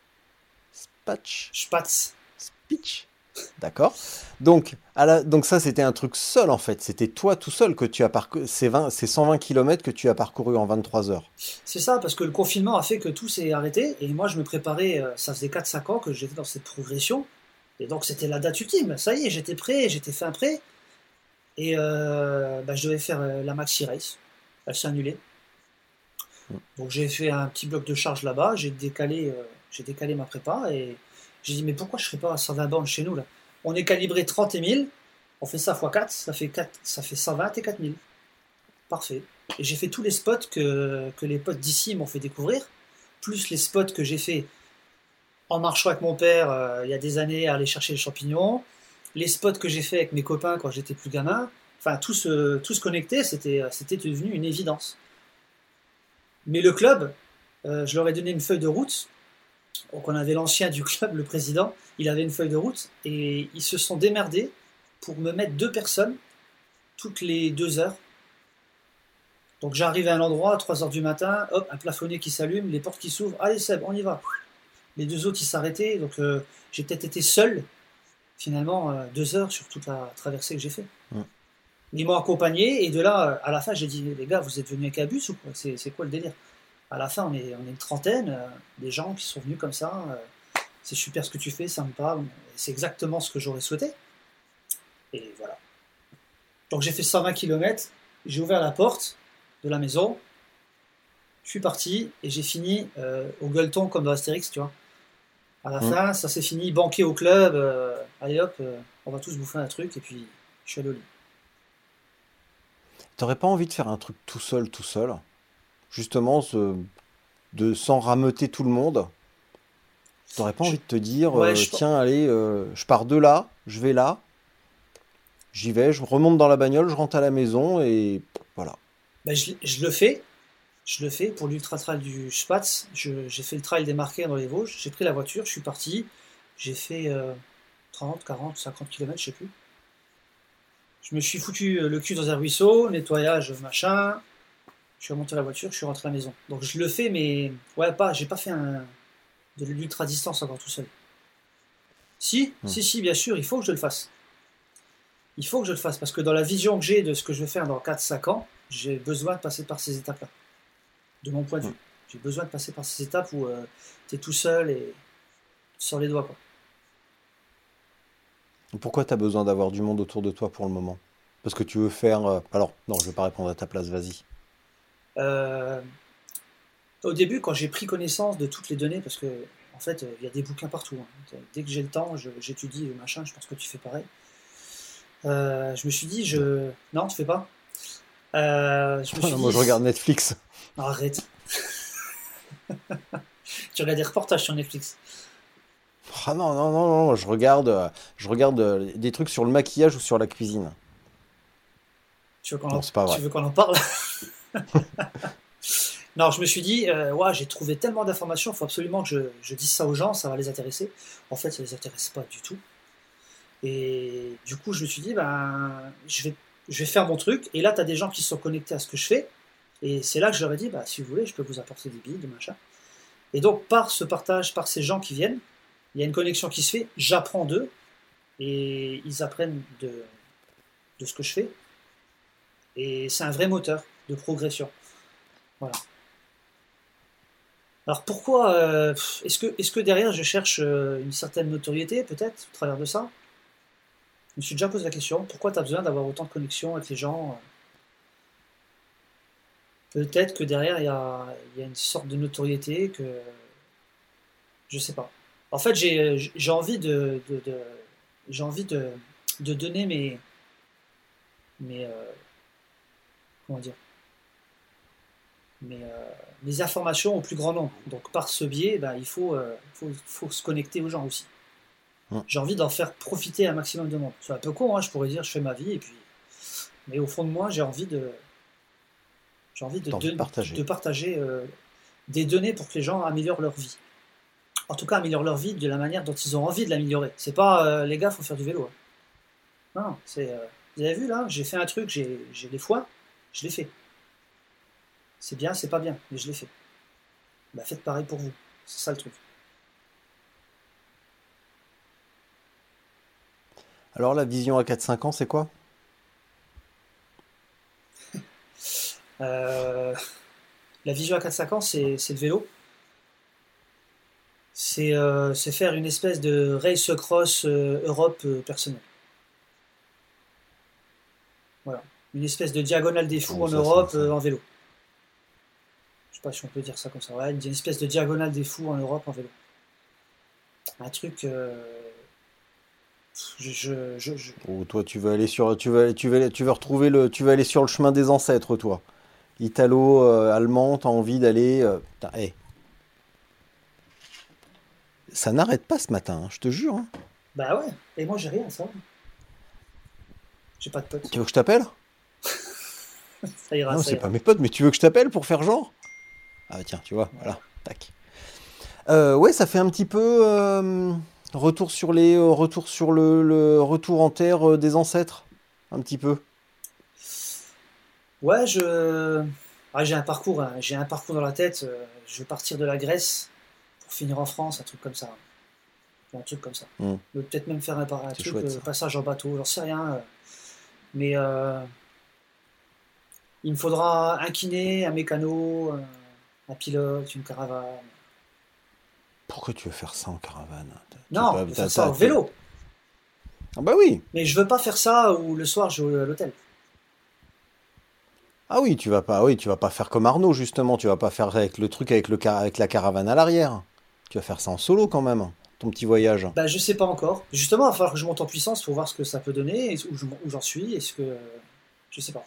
Spatch. Spatz. Spitch. D'accord. Donc, donc ça, c'était un truc seul, en fait. C'était toi tout seul que tu as parcouru. C'est 120 km que tu as parcouru en 23 heures. C'est ça, parce que le confinement a fait que tout s'est arrêté. Et moi, je me préparais, ça faisait 4-5 ans que j'étais dans cette progression. Et donc, c'était la date ultime. Ça y est, j'étais prêt, j'étais fin prêt. Et bah, je devais faire la Maxi Race. Elle s'est annulée. Donc, j'ai fait un petit bloc de charge là-bas. J'ai décalé ma prépa. Et j'ai dit, mais pourquoi je ne ferais pas 120 bornes chez nous là? On est calibré 30 et 1000. On fait ça x 4. Ça fait 120 et 4000. Parfait. Et j'ai fait tous les spots que les potes d'ici m'ont fait découvrir, plus les spots que j'ai fait en marchant avec mon père il y a des années à aller chercher les champignons, les spots que j'ai fait avec mes copains quand j'étais plus gamin. Enfin, tout se connecter, c'était devenu une évidence. Mais le club, je leur ai donné une feuille de route. Donc on avait l'ancien du club, le président, il avait une feuille de route et ils se sont démerdés pour me mettre 2 personnes toutes les 2 heures. Donc j'arrive à un endroit à 3 heures du matin, hop, un plafonnier qui s'allume, les portes qui s'ouvrent, allez Seb, on y va. Les 2 autres ils s'arrêtaient, donc j'ai peut-être été seul, finalement, 2 heures sur toute la traversée que j'ai fait. Ils m'ont accompagné et de là, à la fin, j'ai dit, les gars, vous êtes venus avec un bus ou quoi? C'est quoi le délire? À la fin, on est une trentaine, des gens qui sont venus comme ça, c'est super ce que tu fais, ça me parle, c'est exactement ce que j'aurais souhaité. Et voilà. Donc j'ai fait 120 km, j'ai ouvert la porte de la maison, je suis parti et j'ai fini au gueuleton comme dans Astérix, tu vois. À la fin, ça s'est fini banqué au club, allez hop, on va tous bouffer un truc et puis je suis allé au lit. T'aurais pas envie de faire un truc tout seul, justement, sans rameuter tout le monde? T'aurais pas envie de te dire, Ouais, tiens, allez, je pars de là, je vais là, j'y vais, je remonte dans la bagnole, je rentre à la maison et voilà. Ben, je le fais. Je le fais pour l'Ultra Trail du Spatz. J'ai fait le trail des Marquets dans les Vosges. J'ai pris la voiture, je suis parti. J'ai fait 30, 40, 50 km, je sais plus. Je me suis foutu le cul dans un ruisseau, nettoyage, machin. Je suis remonté à la voiture, je suis rentré à la maison. Donc je le fais, mais ouais, j'ai pas fait de l'ultra distance encore tout seul. Si, bien sûr, il faut que je le fasse. Il faut que je le fasse, parce que dans la vision que j'ai de ce que je vais faire dans 4-5 ans, j'ai besoin de passer par ces étapes-là. De mon point de vue. J'ai besoin de passer par ces étapes où tu es tout seul et tu sors les doigts, quoi. Pourquoi t'as besoin d'avoir du monde autour de toi pour le moment? Parce que tu veux faire... Alors, non, je vais pas répondre à ta place, vas-y. Au début, quand j'ai pris connaissance de toutes les données, parce que en fait, il y a des bouquins partout, hein. Dès que j'ai le temps, j'étudie le machin, je pense que tu fais pareil. Je me suis dit, non, tu fais pas. Je me suis Moi, dit, je regarde Netflix. arrête. Tu regardes des reportages sur Netflix. Ah non, non, non, non, je regarde des trucs sur le maquillage ou sur la cuisine. Tu veux qu'on Non, en, c'est pas vrai. tu veux qu'on en parle? Non, je me suis dit, ouais, j'ai trouvé tellement d'informations, il faut absolument que je dise ça aux gens, ça va les intéresser. En fait, ça les intéresse pas du tout. Et du coup, je me suis dit, ben, je vais faire mon truc. Et là, tu as des gens qui sont connectés à ce que je fais. Et c'est là que je leur ai dit, bah, si vous voulez, je peux vous apporter des billes, des machins. Et donc, par ce partage, par ces gens qui viennent, il y a une connexion qui se fait, j'apprends d'eux, et ils apprennent de ce que je fais. Et c'est un vrai moteur de progression. Voilà. Alors pourquoi est-ce que derrière je cherche une certaine notoriété, peut-être, au travers de ça? Je me suis déjà posé la question, pourquoi tu as besoin d'avoir autant de connexions avec les gens? Peut-être que derrière il y a une sorte de notoriété que. Je sais pas. En fait, j'ai envie j'ai envie de donner mes comment dire, mes informations au plus grand nombre. Donc par ce biais, ben, faut se connecter aux gens aussi. Ouais. J'ai envie d'en faire profiter un maximum de monde. C'est un peu con, hein, je pourrais dire je fais ma vie et puis. Mais au fond de moi, j'ai envie de Partager. de partager des données pour que les gens améliorent leur vie. En tout cas, améliorent leur vie de la manière dont ils ont envie de l'améliorer. C'est pas les gars, faut faire du vélo. Hein. Non, c'est. Vous avez vu là, j'ai fait un truc, j'ai des foins, je l'ai fait. C'est bien, c'est pas bien, mais je l'ai fait. Bah, faites pareil pour vous. C'est ça le truc. Alors, la vision à 4-5 ans, c'est quoi? La vision à 4-5 ans, c'est le vélo. C'est faire une espèce de race cross Europe personnel. Voilà. Une espèce de diagonale des fous Bon, en ça, Europe ça. en vélo. Je sais pas si on peut dire ça comme ça. Ouais, une espèce de diagonale des fous en Europe en vélo. Un truc. Ou toi, tu vas aller sur, tu vas retrouver tu vas aller sur le chemin des ancêtres, toi. Italo-allemand, t'as envie d'aller. Putain, hey. Ça n'arrête pas ce matin, hein, je te jure. Hein. Bah ouais. Et moi j'ai rien, ça. J'ai pas de potes. Tu veux que je t'appelle? Ça ira, Non, ça c'est ira. pas mes potes, mais tu veux que je t'appelle pour faire genre? Ah, tiens, tu vois, voilà, tac. Ouais, ça fait un petit peu retour sur le retour en terre des ancêtres, un petit peu. Ouais, j'ai un parcours, hein. J'ai un parcours dans la tête. Je vais partir de la Grèce pour finir en France, un truc comme ça. Un truc comme ça. Mm. Peut-être même faire un C'est truc, chouette, ça. passage en bateau, j'en sais rien. Mais il me faudra un kiné, un mécano, un pilote, une caravane. Pourquoi tu veux faire ça en caravane? Non, je veux faire ça en vélo. Ah bah oui. Mais je veux pas faire ça où le soir je vais à l'hôtel. Ah oui, tu vas pas faire comme Arnaud justement. Tu vas pas faire avec le truc avec la caravane à l'arrière. Tu vas faire ça en solo quand même, ton petit voyage. Bah, je sais pas encore. Justement, il va falloir que je monte en puissance pour voir ce que ça peut donner, et où j'en suis, est-ce que. Je sais pas.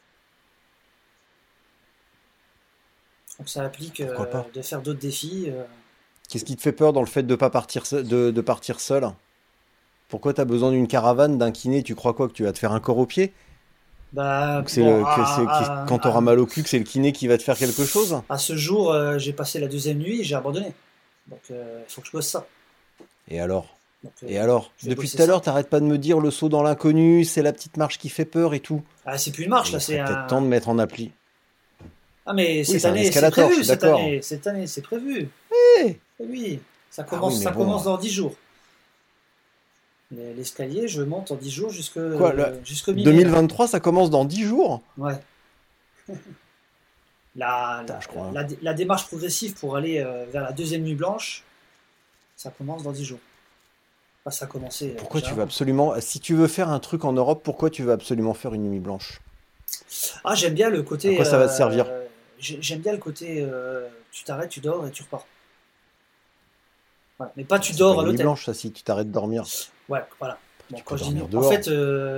Donc ça implique Pourquoi pas? de faire d'autres défis. Qu'est-ce qui te fait peur dans le fait de pas partir de partir seul? Pourquoi t'as besoin d'une caravane, d'un kiné? Tu crois quoi, que tu vas te faire un corps au pied? Bah, Que bon, quand t'auras mal au cul, que c'est le kiné qui va te faire quelque chose? à ce jour, j'ai passé la deuxième nuit et j'ai abandonné. Donc il faut que je bosse ça. Et alors? Donc, Et alors? je vais Depuis bosser tout à ça. l'heure, t'arrêtes pas de me dire le saut dans l'inconnu, c'est la petite marche qui fait peur et tout. Ah, c'est plus une marche, Il là, c'est serait peut-être un. temps de mettre en appli. Ah, mais cette c'est un année, c'est escalator, je prévu, suis d'accord. cette année, c'est prévu. Eh Eh oui, ça Ah commence, oui, mais ça bon. commence dans 10 jours. L'escalier, je monte en 10 jours Quoi, jusqu'au mi-mai, là. 2023, ça commence dans 10 jours? Ouais. La, Putain, la, je crois. la démarche progressive pour aller vers la deuxième nuit blanche, ça commence dans 10 jours. Enfin, ça a commencé. Pourquoi déjà tu veux avant. absolument... Si tu veux faire un truc en Europe, pourquoi tu veux absolument faire une nuit blanche? Ah, j'aime bien le côté. À quoi ça va te servir? J'aime bien le côté. Tu t'arrêtes, tu dors et tu repars. Ouais, mais pas tu C'est dors pas à une nuit l'hôtel. blanche, ça, si tu t'arrêtes de dormir. Ouais, voilà. Bon, Tu quand peux je dis dormir nuit, en dehors. fait,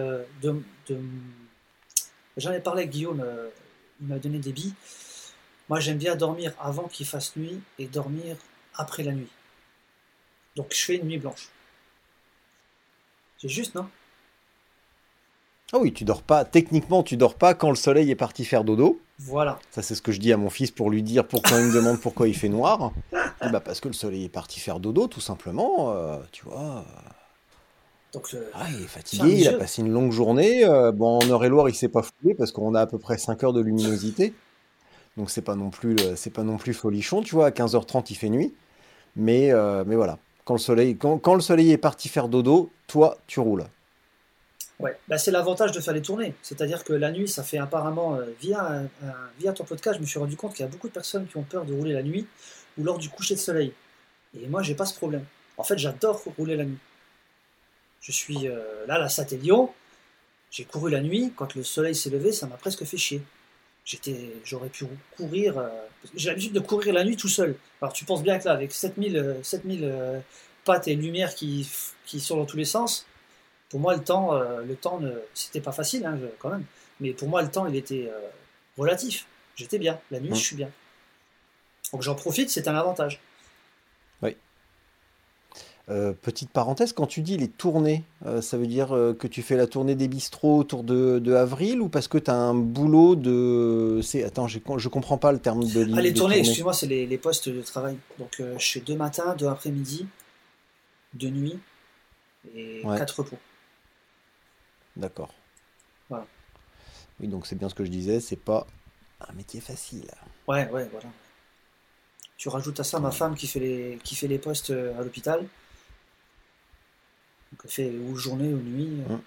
j'en ai parlé avec Guillaume, il m'a donné des billes. Moi, j'aime bien dormir avant qu'il fasse nuit et dormir après la nuit. Donc, je fais une nuit blanche. C'est juste, non? Ah oui, tu dors pas. Techniquement, tu dors pas quand le soleil est parti faire dodo. Voilà. Ça, c'est ce que je dis à mon fils pour lui dire pourquoi il me demande pourquoi il fait noir. Je dis, bah parce que le soleil est parti faire dodo, tout simplement. Tu vois. Donc, Ah, il est ferme fatigué, les il a yeux. passé une longue journée. Bon, en Eure-et-Loir, il s'est pas foulé parce qu'on a à peu près 5 heures de luminosité. Donc c'est pas non plus folichon, tu vois. À 15h30, il fait nuit. Mais voilà. Quand le soleil est parti faire dodo, toi, tu roules. Ouais, bah, c'est l'avantage de faire les tournées. C'est-à-dire que la nuit, ça fait apparemment, via ton podcast, je me suis rendu compte qu'il y a beaucoup de personnes qui ont peur de rouler la nuit ou lors du coucher de soleil. Et moi, j'ai pas ce problème. En fait, j'adore rouler la nuit. Je suis là, la Saint-Élion, j'ai couru la nuit. Quand le soleil s'est levé, ça m'a presque fait chier. J'aurais pu courir. J'ai l'habitude de courir la nuit tout seul. Alors, tu penses bien que là, avec 7000 pattes et lumières qui sont dans tous les sens, pour moi, le temps c'était pas facile, hein, quand même. Mais pour moi, le temps, il était relatif. J'étais bien. La nuit, je Hum. suis bien. Donc, j'en profite, c'est un avantage. Oui. Petite parenthèse, quand tu dis les tournées, ça veut dire que tu fais la tournée des bistrots autour de avril ou parce que tu as un boulot de... Attends, je comprends pas le terme Ah, les de tournées, tournée. excuse-moi, c'est les postes de travail. Donc, je fais 2 matins, 2 après-midi, 2 nuits et Ouais, 4 repos. d'accord. Voilà. Oui, donc c'est bien ce que je disais, c'est pas un métier facile. Ouais, ouais, voilà. Tu rajoutes à ça ma femme qui fait les postes à l'hôpital. Donc, elle fait ou journée ou nuit. Hum,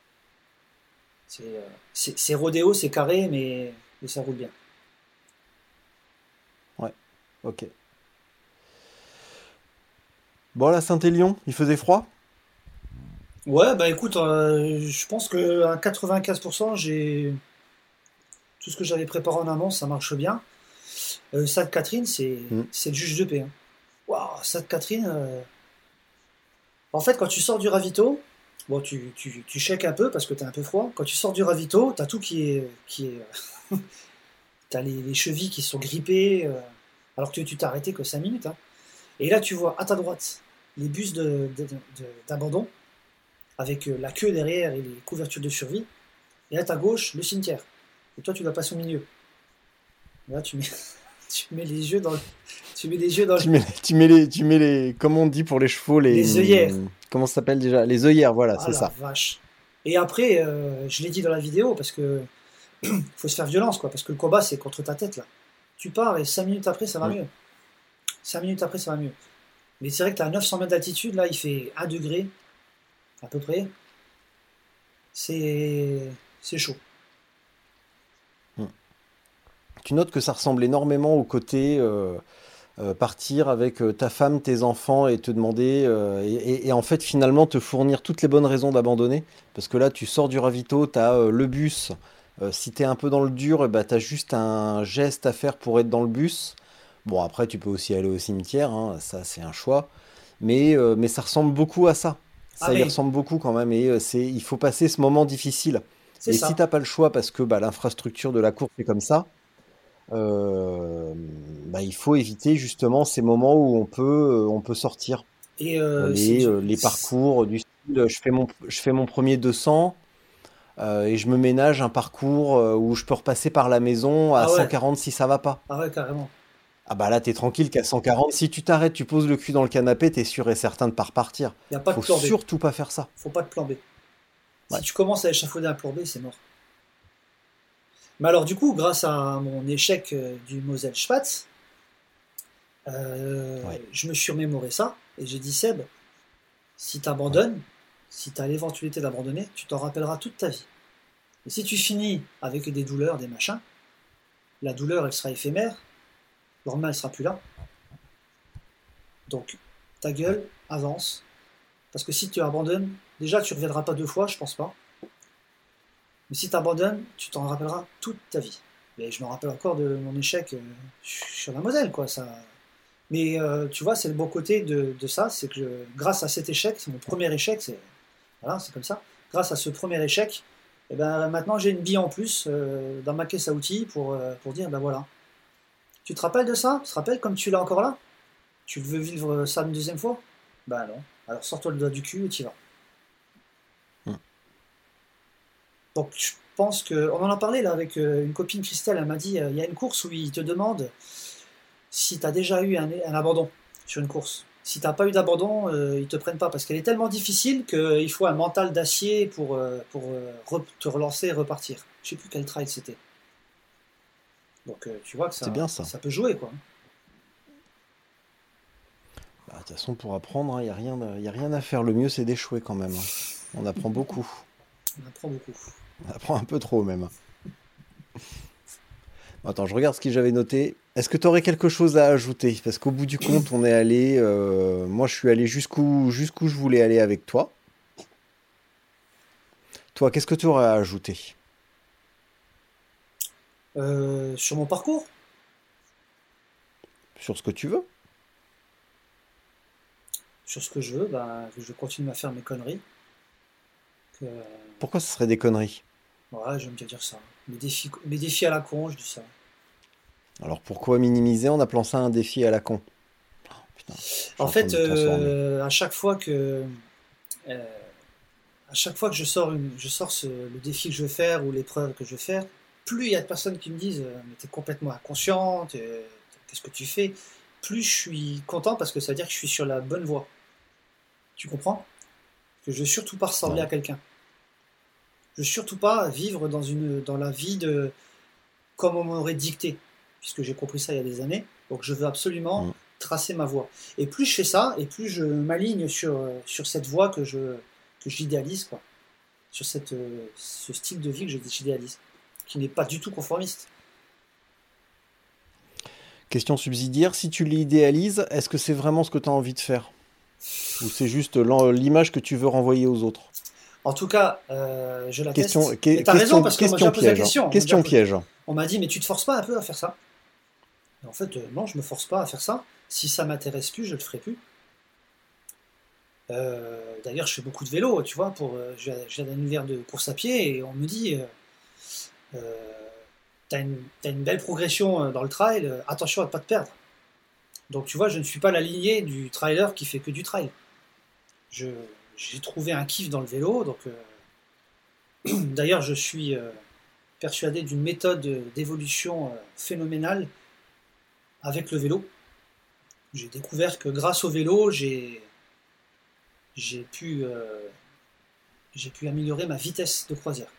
C'est rodéo, c'est carré, mais ça roule bien. ouais, ok. Bon, la Saint-Élion, il faisait froid? Ouais, bah écoute, je pense que à 95%, j'ai tout ce que j'avais préparé en amont, ça marche bien. Sainte-Catherine, Hum, c'est le juge de paix, hein. Waouh, Sainte-Catherine. En fait, quand tu sors du ravito, bon, tu shakes un peu parce que t'as un peu froid. Quand tu sors du ravito, t'as tout t'as les chevilles qui sont grippées, alors que tu t'es arrêté que 5 minutes, hein. Et là, tu vois à ta droite les bus d'abandon avec la queue derrière et les couvertures de survie. Et à ta gauche, le cimetière. Et toi, tu vas passer au milieu. Et là, tu mets les yeux dans le, tu mets les yeux dans le- tu mets les, comment on dit pour les chevaux, les œillères. comment ça s'appelle déjà? Les œillères, voilà, Ah c'est la ça. vache. Et après, je l'ai dit dans la vidéo, parce que faut se faire violence, quoi. Parce que le combat, c'est contre ta tête, là. Tu pars et 5 minutes après, ça va Hum, mieux. 5 minutes après, ça va mieux. Mais c'est vrai que tu as 900 mètres d'altitude, là, il fait 1 degré, à peu près. C'est chaud. hum. Tu notes que ça ressemble énormément au côté partir avec ta femme, tes enfants et te demander, et en fait finalement te fournir toutes les bonnes raisons d'abandonner. Parce que là, tu sors du ravito, tu as le bus. Si tu es un peu dans le dur, bah, tu as juste un geste à faire pour être dans le bus. Bon, après, tu peux aussi aller au cimetière, hein, ça c'est un choix. Mais ça ressemble beaucoup à ça. Ah Ça y mais, ressemble beaucoup quand même. Et il faut passer ce moment difficile. c'est Et si ça. t'as pas le choix parce que bah, l'infrastructure de la course est comme ça, euh, bah, il faut éviter justement ces moments où on peut sortir. Et c'est du... Les parcours du style, je fais mon premier 200 et je me ménage un parcours où je peux repasser par la maison à Ah ouais, 140 si ça va pas. ah ouais, carrément. Ah bah là, t'es tranquille qu'à 140, si tu t'arrêtes, tu poses le cul dans le canapé, t'es sûr et certain de pas repartir. Il n'y a pas de Faut plan B. surtout pas faire ça. Faut pas de plan B. Si Ouais. tu commences à échafauder un plan B, c'est mort. Mais alors du coup, grâce à mon échec du Moselle-Schwatz, Ouais. je me suis remémoré ça, et j'ai dit, Seb, si tu abandonnes, si tu as l'éventualité d'abandonner, tu t'en rappelleras toute ta vie. Et si tu finis avec des douleurs, des machins, la douleur, elle sera éphémère, le lendemain, elle sera plus là. Donc, ta gueule, avance. Parce que si tu abandonnes, déjà, tu ne reviendras pas 2 fois, je pense pas. Mais si tu abandonnes, tu t'en rappelleras toute ta vie. Et je me rappelle encore de mon échec sur la Moselle, quoi. Ça... Mais tu vois, c'est le bon côté de ça, c'est que grâce à cet échec, c'est mon premier échec, Voilà, c'est comme ça. Grâce à ce premier échec, eh ben, maintenant j'ai une bille en plus dans ma caisse à outils pour dire, ben voilà. Tu te rappelles de ça? Tu te rappelles comme tu l'as encore là? Tu veux vivre ça une deuxième fois? Ben non. Alors sors-toi le doigt du cul et t'y vas. Hmm. Donc je pense que... On en a parlé là avec une copine Christelle, elle m'a dit, il y a une course où il te demande si tu as déjà eu un abandon sur une course. Si tu n'as pas eu d'abandon, ils ne te prennent pas parce qu'elle est tellement difficile qu'il faut un mental d'acier pour te relancer et repartir. Je ne sais plus quel trail c'était. Donc tu vois que C'est bien ça. ça peut jouer, quoi. Bah, de toute façon, pour apprendre, il n'y a rien à faire. Le mieux, c'est d'échouer quand même, hein. On apprend beaucoup. On apprend beaucoup. On apprend un peu trop même. Attends, je regarde ce que j'avais noté. Est-ce que tu aurais quelque chose à ajouter? Parce qu'au bout du compte, on est allé. Moi, je suis allé jusqu'où je voulais aller avec toi. Toi, qu'est-ce que tu aurais à ajouter? Sur mon parcours, Sur ce que tu veux? sur ce que je veux, ben, que je continue à faire mes conneries. Que, Pourquoi ce serait des conneries? voilà, j'aime bien dire ça. Mes défis à la con, je dis ça. Alors pourquoi minimiser en appelant ça un défi à la con? Putain, je suis En en train fait, de me transformer. à chaque fois que je sors le défi que je veux faire ou l'épreuve que je veux faire, plus il y a de personnes qui me disent mais t'es complètement inconscient, qu'est-ce que tu fais? Plus je suis content parce que ça veut dire que je suis sur la bonne voie. Tu comprends? Que je veux surtout pas ressembler Ouais. à quelqu'un. Je veux surtout pas vivre dans la vie de comme on m'aurait dicté, puisque j'ai compris ça il y a des années. Donc je veux absolument Mm. tracer ma voie. Et plus je fais ça, et plus je m'aligne sur cette voie que j'idéalise, quoi. Sur ce style de vie que j'idéalise, qui n'est pas du tout conformiste. Question subsidiaire, si tu l'idéalises, est-ce que c'est vraiment ce que tu as envie de faire? Ou c'est juste l'image que tu veux renvoyer aux autres? En tout cas, je la teste. Question, Et t'as raison, parce qu'on m'a déjà posé la piège. question. Question piège. On m'a dit, mais tu te forces pas un peu à faire ça? Et en fait, non, je me force pas à faire ça. Si ça m'intéresse plus, je le ferai plus. D'ailleurs, je fais beaucoup de vélo, tu vois, j'ai un univers de course à pied, et on me dit, t'as une belle progression dans le trail, attention à ne pas te perdre. Donc tu vois, je ne suis pas la lignée du trailer qui fait que du trail. J'ai trouvé un kiff dans le vélo, donc d'ailleurs je suis persuadé d'une méthode d'évolution phénoménale avec le vélo. J'ai découvert que grâce au vélo, j'ai pu améliorer ma vitesse de croisière.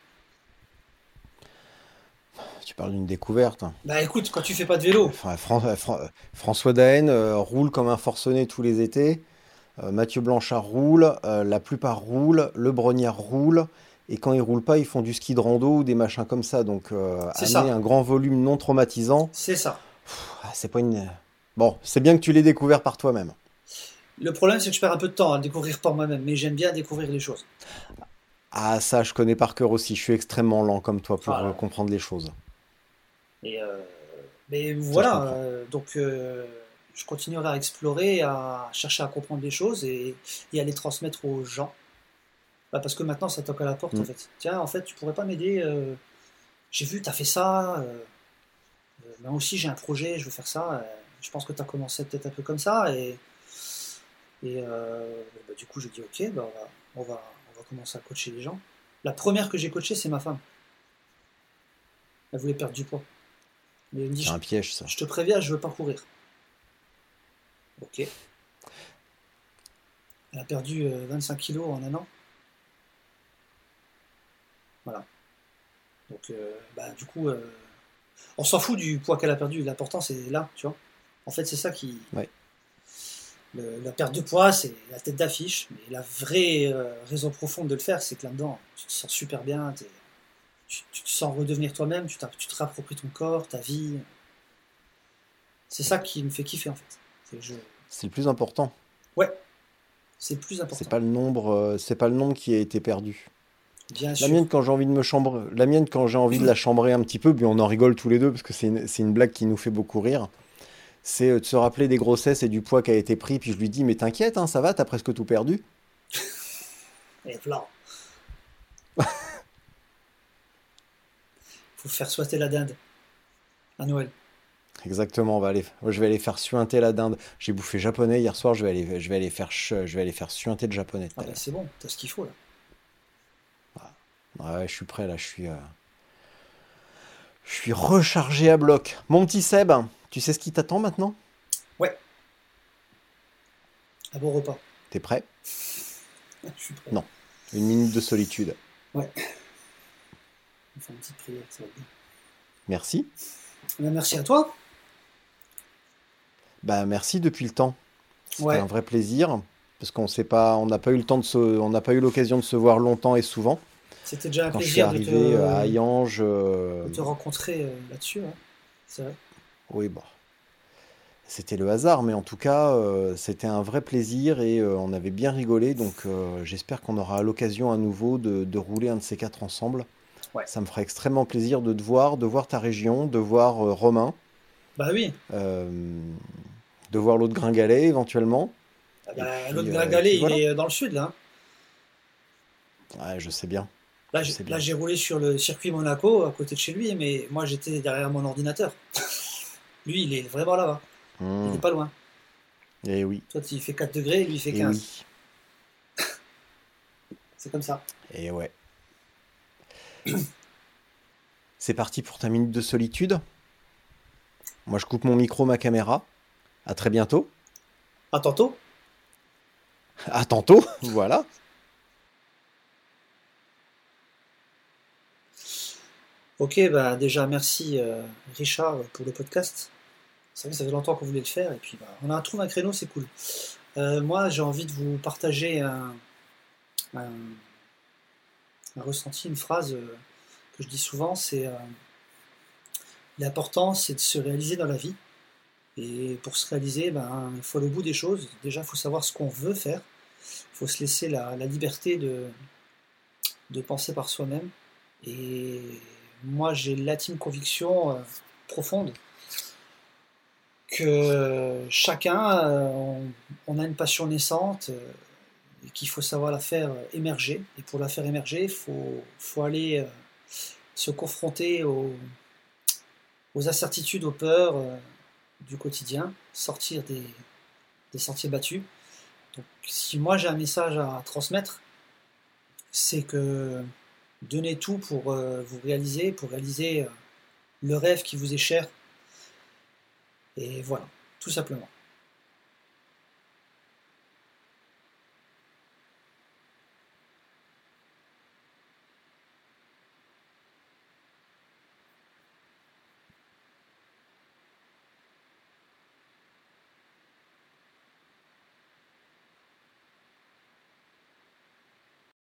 Tu parles d'une découverte. Bah écoute, quand tu fais pas de vélo, Enfin, François Daen roule comme un forcené tous les étés. Mathieu Blanchard roule. La plupart roulent. Le Brognard roule. Et quand ils roulent pas, ils font du ski de rando ou des machins comme ça. Donc, C'est amener ça. un grand volume non traumatisant, c'est ça. c'est pas une. Bon, c'est bien que tu l'aies découvert par toi-même. Le problème, c'est que je perds un peu de temps à le découvrir par moi-même, mais j'aime bien découvrir les choses. Ah, ça, je connais par cœur aussi. Je suis extrêmement lent comme toi pour Voilà. comprendre les choses. Et mais Ça, je voilà, comprends. donc je continuerai à explorer, à chercher à comprendre les choses et à les transmettre aux gens. Bah, parce que maintenant, ça toque à la porte, en Mm. fait. Tiens, en fait, tu pourrais pas m'aider, j'ai vu, tu as fait ça, moi aussi j'ai un projet, je veux faire ça. Je pense que tu as commencé peut-être un peu comme ça. Bah, du coup, j'ai dit, ok, bah, on va commencer à coacher les gens. La première que j'ai coachée, c'est ma femme. Elle voulait perdre du poids. Mais elle me dit, C'est un piège, ça. je te préviens, je veux pas courir. Ok. Elle a perdu 25 kilos en un an. Voilà. Donc, bah, du coup, on s'en fout du poids qu'elle a perdu. L'important, c'est là, tu vois. En fait, c'est ça qui. Ouais. La perte de poids, c'est la tête d'affiche. Mais la vraie raison profonde de le faire, c'est que là-dedans, tu te sens super bien. Tu te sens redevenir toi-même. Tu te réappropries ton corps, ta vie. C'est ça qui me fait kiffer, en fait. C'est le plus important. Ouais, c'est le plus important. C'est pas le nombre qui a été perdu. Bien La sûr. mienne, quand j'ai envie de la mienne, quand j'ai envie de la chambrer un petit peu, puis on en rigole tous les deux parce que c'est une blague qui nous fait beaucoup rire. C'est de se rappeler des grossesses et du poids qui a été pris. Puis je lui dis, mais t'inquiète, hein, ça va, t'as presque tout perdu. Et voilà. Faut faire souhaiter la dinde à Noël. Exactement, je vais aller faire suinter la dinde. J'ai bouffé japonais hier soir, je vais aller faire suinter le japonais tout Ah à bah l'heure. c'est bon, t'as ce qu'il faut là. Ouais, je suis prêt là, je suis rechargé à bloc. Mon petit Seb, tu sais ce qui t'attend maintenant? Ouais, un bon repas. T'es prêt? Je suis prêt. Non. Une minute de solitude. Ouais. On fait une petite prière, ça va bien. Merci. Eh ben, merci à toi. Bah merci depuis le temps. C'était Ouais. un vrai plaisir parce on n'a pas eu le temps on n'a pas eu l'occasion de se voir longtemps et souvent. C'était déjà un Quand je suis plaisir arrivé à Hayange, de te rencontrer là-dessus. Hein. C'est vrai. oui, bon, c'était le hasard, mais en tout cas, c'était un vrai plaisir et on avait bien rigolé. Donc, j'espère qu'on aura l'occasion à nouveau de rouler un de ces quatre ensemble. Ouais. Ça me ferait extrêmement plaisir de voir ta région, de voir Romain, Bah oui. euh, de voir l'autre Gringalet éventuellement. Ah Et bah, puis, l'autre et Gringalet, puis il voilà. est dans le sud là. Ouais, je sais bien. Là, Je sais bien. j'ai roulé sur le circuit Monaco à côté de chez lui, mais moi j'étais derrière mon ordinateur. Lui, il est vraiment là-bas. Il n'est pas loin. Et oui, Toi, il fait 4 degrés, lui, il fait et 15. oui, C'est comme ça. et ouais. C'est parti pour ta minute de solitude. Moi, je coupe mon micro, ma caméra. À très bientôt. À tantôt. À tantôt. Voilà. Ok, bah déjà merci Richard pour le podcast. C'est vrai que ça fait longtemps qu'on voulait le faire et puis bah, on a trouvé un créneau, c'est cool. Moi j'ai envie de vous partager un- un ressenti, une phrase que je dis souvent, c'est l'important c'est de se réaliser dans la vie. Et pour se réaliser, ben, il faut aller au bout des choses. Déjà, il faut savoir ce qu'on veut faire. Il faut se laisser la liberté de penser par soi-même. Et moi, j'ai l'intime conviction profonde que chacun, on a une passion naissante et qu'il faut savoir la faire émerger. Et pour la faire émerger, faut aller se confronter aux incertitudes, aux peurs du quotidien, sortir des sentiers battus. Donc, si moi j'ai un message à transmettre, c'est que donnez tout pour pour réaliser le rêve qui vous est cher. Et voilà, tout simplement.